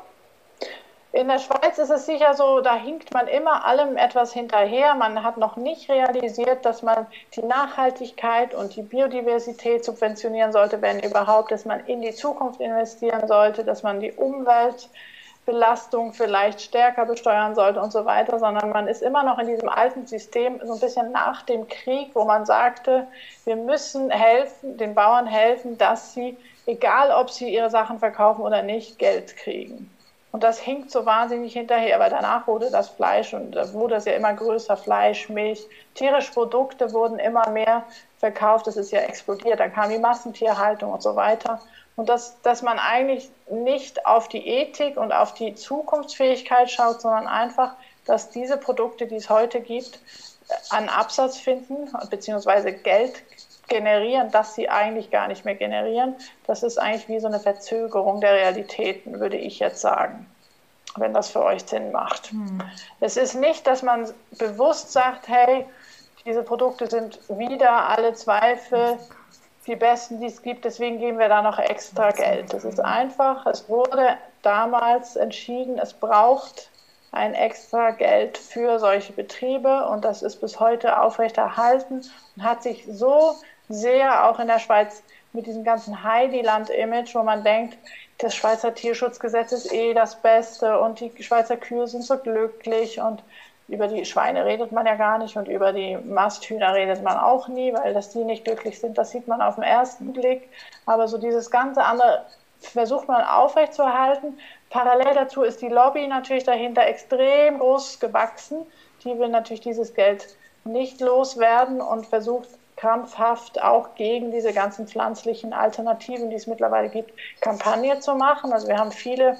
In der Schweiz ist es sicher so, da hinkt man immer allem etwas hinterher. Man hat noch nicht realisiert, dass man die Nachhaltigkeit und die Biodiversität subventionieren sollte, wenn überhaupt, dass man in die Zukunft investieren sollte, dass man die Umwelt Belastung vielleicht stärker besteuern sollte und so weiter, sondern man ist immer noch in diesem alten System so ein bisschen nach dem Krieg, wo man sagte, wir müssen helfen, den Bauern helfen, dass sie, egal ob sie ihre Sachen verkaufen oder nicht, Geld kriegen. Und das hinkt so wahnsinnig hinterher, weil danach wurde das Fleisch und da wurde es ja immer größer, Fleisch, Milch, tierische Produkte wurden immer mehr verkauft, das ist ja explodiert, dann kam die Massentierhaltung und so weiter. Und dass man eigentlich nicht auf die Ethik und auf die Zukunftsfähigkeit schaut, sondern einfach, dass diese Produkte, die es heute gibt, einen Absatz finden bzw. Geld generieren, das sie eigentlich gar nicht mehr generieren. Das ist eigentlich wie so eine Verzögerung der Realitäten, würde ich jetzt sagen, wenn das für euch Sinn macht. Es ist nicht, dass man bewusst sagt, hey, diese Produkte sind wieder alle Zweifel die besten, die es gibt, deswegen geben wir da noch extra Geld. Das ist einfach, es wurde damals entschieden, es braucht ein extra Geld für solche Betriebe und das ist bis heute aufrechterhalten und hat sich so sehr auch in der Schweiz mit diesem ganzen Heidiland-Image, wo man denkt, das Schweizer Tierschutzgesetz ist das Beste und die Schweizer Kühe sind so glücklich und über die Schweine redet man ja gar nicht und über die Masthühner redet man auch nie, weil dass die nicht glücklich sind, das sieht man auf den ersten Blick. Aber so dieses ganze andere versucht man aufrechtzuerhalten. Parallel dazu ist die Lobby natürlich dahinter extrem groß gewachsen. Die will natürlich dieses Geld nicht loswerden und versucht krampfhaft auch gegen diese ganzen pflanzlichen Alternativen, die es mittlerweile gibt, Kampagne zu machen. Also wir haben viele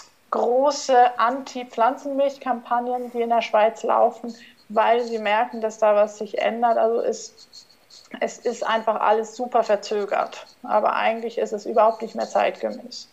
große Anti-Pflanzenmilch-Kampagnen, die in der Schweiz laufen, weil sie merken, dass da was sich ändert. Also es ist einfach alles super verzögert. Aber eigentlich ist es überhaupt nicht mehr zeitgemäß.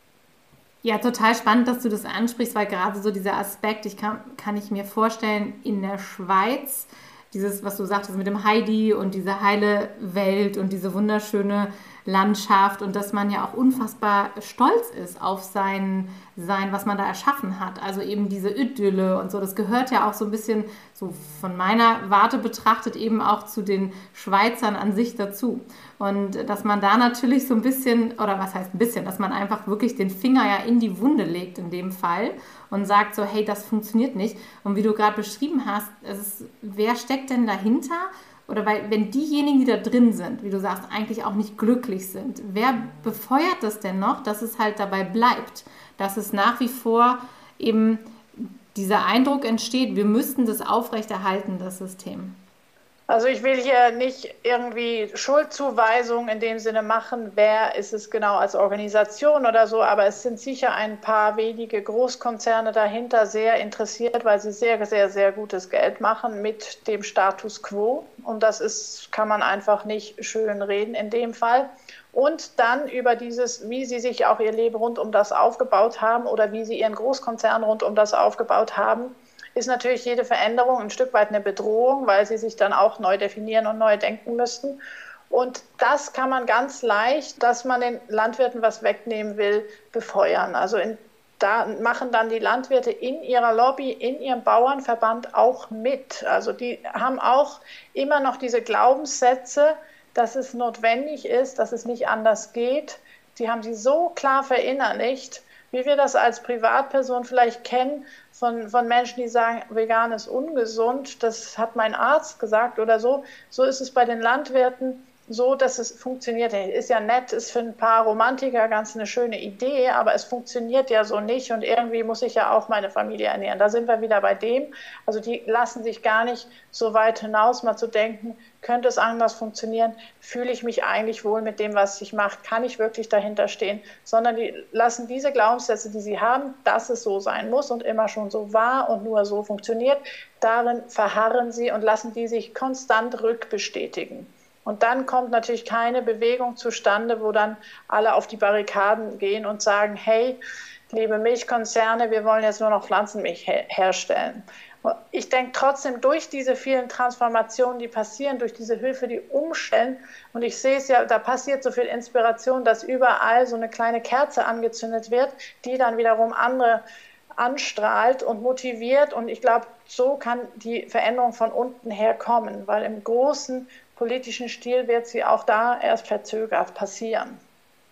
Ja, total spannend, dass du das ansprichst, weil gerade so dieser Aspekt, kann ich mir vorstellen, in der Schweiz, dieses, was du sagtest mit dem Heidi und diese heile Welt und diese wunderschöne Landschaft und dass man ja auch unfassbar stolz ist auf sein, was man da erschaffen hat. Also eben diese Idylle und so, das gehört ja auch so ein bisschen, so von meiner Warte betrachtet, eben auch zu den Schweizern an sich dazu. Und dass man da natürlich so ein bisschen, oder was heißt ein bisschen, dass man einfach wirklich den Finger ja in die Wunde legt in dem Fall und sagt so, hey, das funktioniert nicht. Und wie du gerade beschrieben hast, wer steckt denn dahinter? Oder weil, wenn diejenigen, die da drin sind, wie du sagst, eigentlich auch nicht glücklich sind, wer befeuert das denn noch, dass es halt dabei bleibt? Dass es nach wie vor eben dieser Eindruck entsteht, wir müssten das aufrechterhalten, das System. Also ich will hier nicht irgendwie Schuldzuweisungen in dem Sinne machen, wer ist es genau als Organisation oder so, aber es sind sicher ein paar wenige Großkonzerne dahinter sehr interessiert, weil sie sehr, sehr, sehr gutes Geld machen mit dem Status quo. Und das kann man einfach nicht schön reden in dem Fall. Und dann über dieses, wie sie sich auch ihr Leben rund um das aufgebaut haben oder wie sie ihren Großkonzern rund um das aufgebaut haben, ist natürlich jede Veränderung ein Stück weit eine Bedrohung, weil sie sich dann auch neu definieren und neu denken müssten. Und das kann man ganz leicht, dass man den Landwirten was wegnehmen will, befeuern. Also da machen dann die Landwirte in ihrer Lobby, in ihrem Bauernverband auch mit. Also die haben auch immer noch diese Glaubenssätze, dass es notwendig ist, dass es nicht anders geht. Die haben sie so klar verinnerlicht, wie wir das als Privatperson vielleicht kennen, von Menschen, die sagen, vegan ist ungesund, das hat mein Arzt gesagt oder so. So ist es bei den Landwirten so, dass es funktioniert. Ist ja nett, ist für ein paar Romantiker ganz eine schöne Idee, aber es funktioniert ja so nicht und irgendwie muss ich ja auch meine Familie ernähren. Da sind wir wieder bei dem. Also die lassen sich gar nicht so weit hinaus, mal zu denken, könnte es anders funktionieren? Fühle ich mich eigentlich wohl mit dem, was ich mache? Kann ich wirklich dahinter stehen? Sondern die lassen diese Glaubenssätze, die sie haben, dass es so sein muss und immer schon so war und nur so funktioniert, darin verharren sie und lassen die sich konstant rückbestätigen. Und dann kommt natürlich keine Bewegung zustande, wo dann alle auf die Barrikaden gehen und sagen, hey, liebe Milchkonzerne, wir wollen jetzt nur noch Pflanzenmilch herstellen. Ich denke trotzdem, durch diese vielen Transformationen, die passieren, durch diese Hilfe, die umstellen, und ich sehe es ja, da passiert so viel Inspiration, dass überall so eine kleine Kerze angezündet wird, die dann wiederum andere anstrahlt und motiviert. Und ich glaube, so kann die Veränderung von unten her kommen, weil im großen politischen Stil wird sie auch da erst verzögert passieren.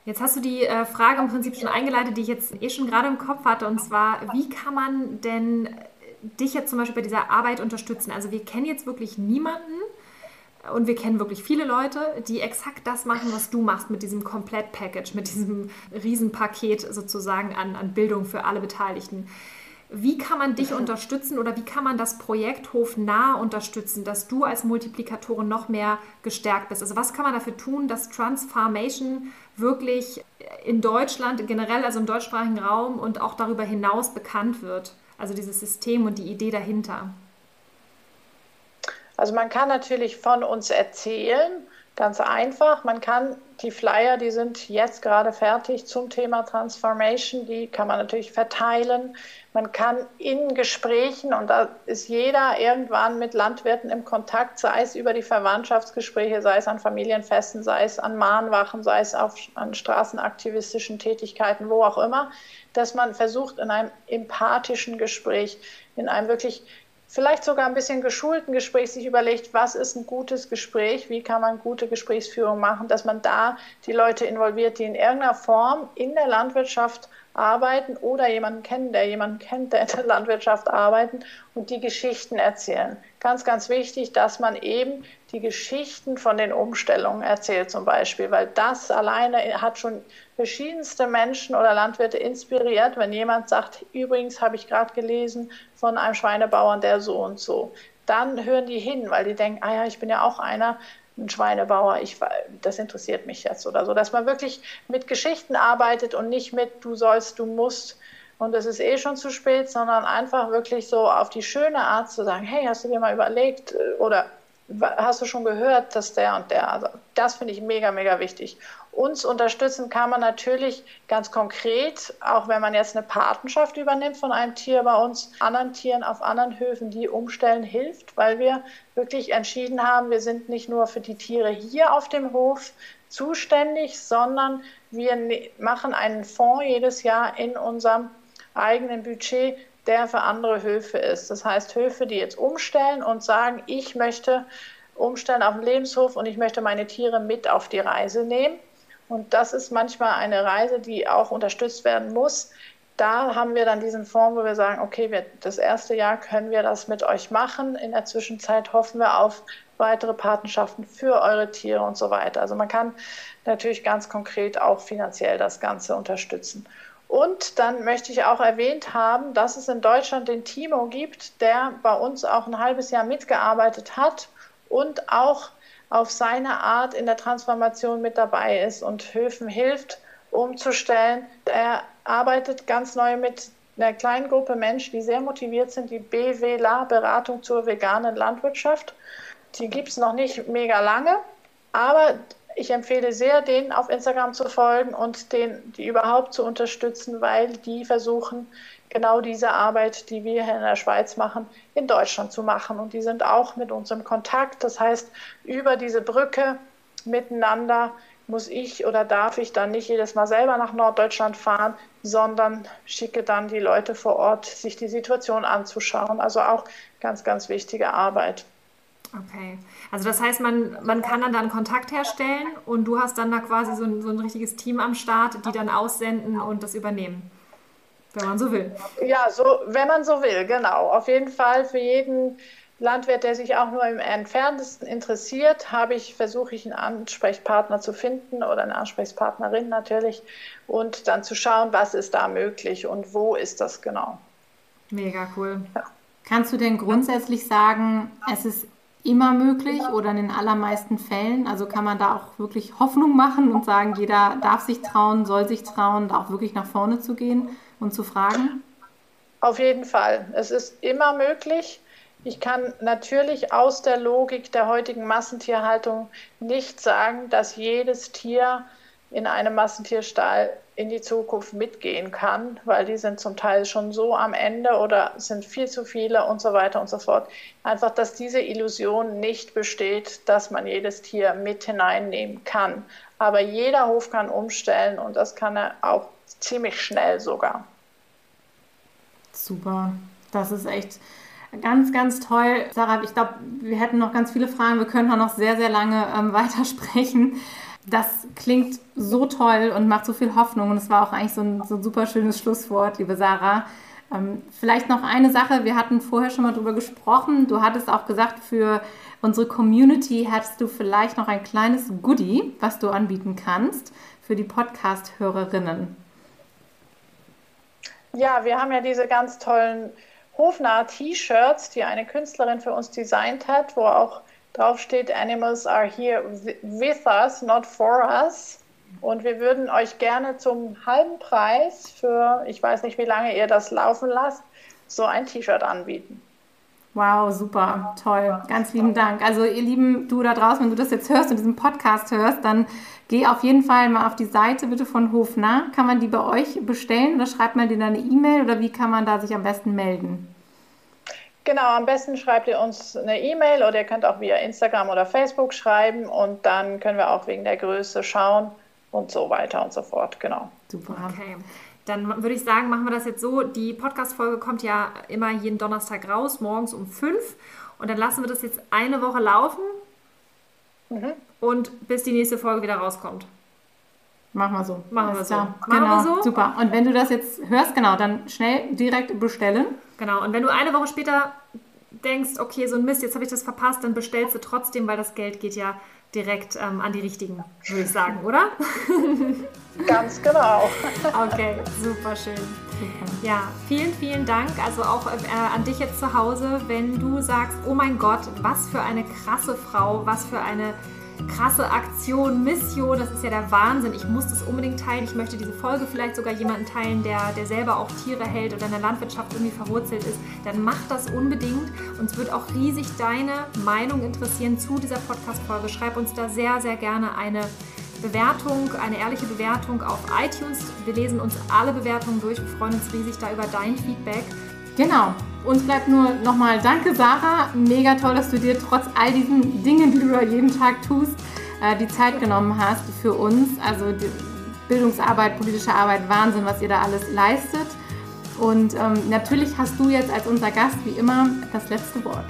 Jetzt hast du die Frage im Prinzip schon eingeleitet, die ich jetzt schon gerade im Kopf hatte. Und zwar, wie kann man denn dich jetzt zum Beispiel bei dieser Arbeit unterstützen? Also wir kennen jetzt wirklich niemanden und wir kennen wirklich viele Leute, die exakt das machen, was du machst mit diesem Komplett-Package, mit diesem Riesenpaket sozusagen an Bildung für alle Beteiligten. Wie kann man dich unterstützen oder wie kann man das Projekt Hofnarr unterstützen, dass du als Multiplikatorin noch mehr gestärkt bist? Also was kann man dafür tun, dass Transformation wirklich in Deutschland generell, also im deutschsprachigen Raum und auch darüber hinaus bekannt wird? Also dieses System und die Idee dahinter. Also man kann natürlich von uns erzählen, ganz einfach. Man kann die Flyer, die sind jetzt gerade fertig zum Thema Transformation, die kann man natürlich verteilen. Man kann in Gesprächen, und da ist jeder irgendwann mit Landwirten im Kontakt, sei es über die Verwandtschaftsgespräche, sei es an Familienfesten, sei es an Mahnwachen, sei es an straßenaktivistischen Tätigkeiten, wo auch immer, dass man versucht, in einem empathischen Gespräch, in einem wirklich vielleicht sogar ein bisschen geschulten Gespräch sich überlegt, was ist ein gutes Gespräch, wie kann man gute Gesprächsführung machen, dass man da die Leute involviert, die in irgendeiner Form in der Landwirtschaft arbeiten oder jemanden kennen, der jemanden kennt, der in der Landwirtschaft arbeitet und die Geschichten erzählen. Ganz, ganz wichtig, dass man eben die Geschichten von den Umstellungen erzählt zum Beispiel, weil das alleine hat schon verschiedenste Menschen oder Landwirte inspiriert, wenn jemand sagt, übrigens habe ich gerade gelesen von einem Schweinebauern, der so und so. Dann hören die hin, weil die denken, ah ja, ich bin ja auch ein Schweinebauer, das interessiert mich jetzt oder so. Dass man wirklich mit Geschichten arbeitet und nicht mit du sollst, du musst und es ist eh schon zu spät, sondern einfach wirklich so auf die schöne Art zu sagen, hey, hast du dir mal überlegt oder hast du schon gehört, dass der und der, also das finde ich mega, mega wichtig. Uns unterstützen kann man natürlich ganz konkret, auch wenn man jetzt eine Patenschaft übernimmt von einem Tier bei uns, anderen Tieren auf anderen Höfen, die umstellen, hilft, weil wir wirklich entschieden haben, wir sind nicht nur für die Tiere hier auf dem Hof zuständig, sondern wir machen einen Fonds jedes Jahr in unserem eigenen Budget, der für andere Höfe ist. Das heißt, Höfe, die jetzt umstellen und sagen, ich möchte umstellen auf den Lebenshof und ich möchte meine Tiere mit auf die Reise nehmen. Und das ist manchmal eine Reise, die auch unterstützt werden muss. Da haben wir dann diesen Fonds, wo wir sagen, okay, das erste Jahr können wir das mit euch machen. In der Zwischenzeit hoffen wir auf weitere Patenschaften für eure Tiere und so weiter. Also man kann natürlich ganz konkret auch finanziell das Ganze unterstützen. Und dann möchte ich auch erwähnt haben, dass es in Deutschland den Timo gibt, der bei uns auch ein halbes Jahr mitgearbeitet hat und auch auf seine Art in der Transformation mit dabei ist und Höfen hilft, umzustellen. Er arbeitet ganz neu mit einer kleinen Gruppe Menschen, die sehr motiviert sind, die BWLA, Beratung zur veganen Landwirtschaft. Die gibt es noch nicht mega lange, aber ich empfehle sehr, denen auf Instagram zu folgen und die überhaupt zu unterstützen, weil die versuchen, genau diese Arbeit, die wir hier in der Schweiz machen, in Deutschland zu machen. Und die sind auch mit uns im Kontakt. Das heißt, über diese Brücke miteinander muss ich oder darf ich dann nicht jedes Mal selber nach Norddeutschland fahren, sondern schicke dann die Leute vor Ort, sich die Situation anzuschauen. Also auch ganz, ganz wichtige Arbeit. Okay, also das heißt, man kann dann da einen Kontakt herstellen und du hast dann da quasi so ein richtiges Team am Start, die dann aussenden und das übernehmen, wenn man so will. Ja, so, wenn man so will, genau. Auf jeden Fall für jeden Landwirt, der sich auch nur im Entferntesten interessiert, versuche ich einen Ansprechpartner zu finden oder eine Ansprechpartnerin natürlich und dann zu schauen, was ist da möglich und wo ist das genau. Mega cool. Ja. Kannst du denn grundsätzlich sagen, es ist immer möglich oder in den allermeisten Fällen? Also kann man da auch wirklich Hoffnung machen und sagen, jeder darf sich trauen, soll sich trauen, da auch wirklich nach vorne zu gehen und zu fragen? Auf jeden Fall. Es ist immer möglich. Ich kann natürlich aus der Logik der heutigen Massentierhaltung nicht sagen, dass jedes Tier in einem Massentierstall in die Zukunft mitgehen kann, weil die sind zum Teil schon so am Ende oder sind viel zu viele und so weiter und so fort. Einfach, dass diese Illusion nicht besteht, dass man jedes Tier mit hineinnehmen kann. Aber jeder Hof kann umstellen und das kann er auch ziemlich schnell sogar. Super, das ist echt ganz, ganz toll. Sarah, ich glaube, wir hätten noch ganz viele Fragen. Wir können auch noch sehr, sehr lange weitersprechen. Das klingt so toll und macht so viel Hoffnung. Und es war auch eigentlich so ein super schönes Schlusswort, liebe Sarah. Vielleicht noch eine Sache, wir hatten vorher schon mal drüber gesprochen. Du hattest auch gesagt, für unsere Community hättest du vielleicht noch ein kleines Goodie, was du anbieten kannst für die Podcast-Hörerinnen. Ja, wir haben ja diese ganz tollen Hofnarr T-Shirts, die eine Künstlerin für uns designt hat, wo auch drauf steht, Animals are here with us, not for us. Und wir würden euch gerne zum halben Preis für, ich weiß nicht, wie lange ihr das laufen lasst, so ein T-Shirt anbieten. Wow, super, toll. Ganz lieben Dank. Also ihr Lieben, du da draußen, wenn du das jetzt hörst und diesen Podcast hörst, dann geh auf jeden Fall mal auf die Seite bitte von Hofnarr. Kann man die bei euch bestellen oder schreibt man dir da eine E-Mail oder wie kann man da sich am besten melden? Genau, am besten schreibt ihr uns eine E-Mail oder ihr könnt auch via Instagram oder Facebook schreiben und dann können wir auch wegen der Größe schauen und so weiter und so fort. Genau. Super. Okay. Dann würde ich sagen, machen wir das jetzt so. Die Podcast-Folge kommt ja immer jeden Donnerstag raus, morgens um 5. Und dann lassen wir das jetzt eine Woche laufen und bis die nächste Folge wieder rauskommt. Machen wir so. Machen wir so. Genau, wir so. Super. Und wenn du das jetzt hörst, genau, dann schnell direkt bestellen. Genau. Und wenn du eine Woche später denkst, okay, so ein Mist, jetzt habe ich das verpasst, dann bestellst du trotzdem, weil das Geld geht ja direkt an die Richtigen, würde ich sagen, oder? Ganz genau. Okay, super schön. Ja, vielen, vielen Dank. Also auch an dich jetzt zu Hause, wenn du sagst, oh mein Gott, was für eine krasse Frau, was für eine krasse Aktion, Mission, das ist ja der Wahnsinn. Ich muss das unbedingt teilen. Ich möchte diese Folge vielleicht sogar jemanden teilen, der selber auch Tiere hält oder in der Landwirtschaft irgendwie verwurzelt ist. Dann mach das unbedingt. Uns wird auch riesig deine Meinung interessieren zu dieser Podcast-Folge. Schreib uns da sehr, sehr gerne eine Bewertung, eine ehrliche Bewertung auf iTunes. Wir lesen uns alle Bewertungen durch. Wir freuen uns riesig da über dein Feedback. Genau. Uns bleibt nur nochmal danke, Sarah. Mega toll, dass du dir trotz all diesen Dingen, die du da jeden Tag tust, die Zeit genommen hast für uns. Also die Bildungsarbeit, politische Arbeit, Wahnsinn, was ihr da alles leistet. Und natürlich hast du jetzt als unser Gast, wie immer, das letzte Wort.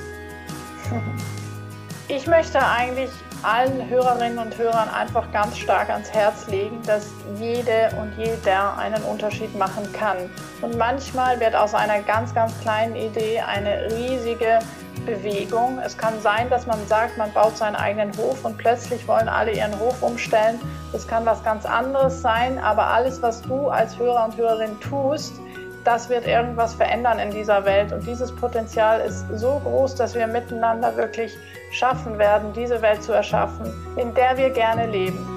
Ich möchte eigentlich allen Hörerinnen und Hörern einfach ganz stark ans Herz legen, dass jede und jeder einen Unterschied machen kann. Und manchmal wird aus einer ganz, ganz kleinen Idee eine riesige Bewegung. Es kann sein, dass man sagt, man baut seinen eigenen Hof und plötzlich wollen alle ihren Hof umstellen. Das kann was ganz anderes sein, aber alles, was du als Hörer und Hörerin tust, das wird irgendwas verändern in dieser Welt. Und dieses Potenzial ist so groß, dass wir miteinander wirklich schaffen werden, diese Welt zu erschaffen, in der wir gerne leben.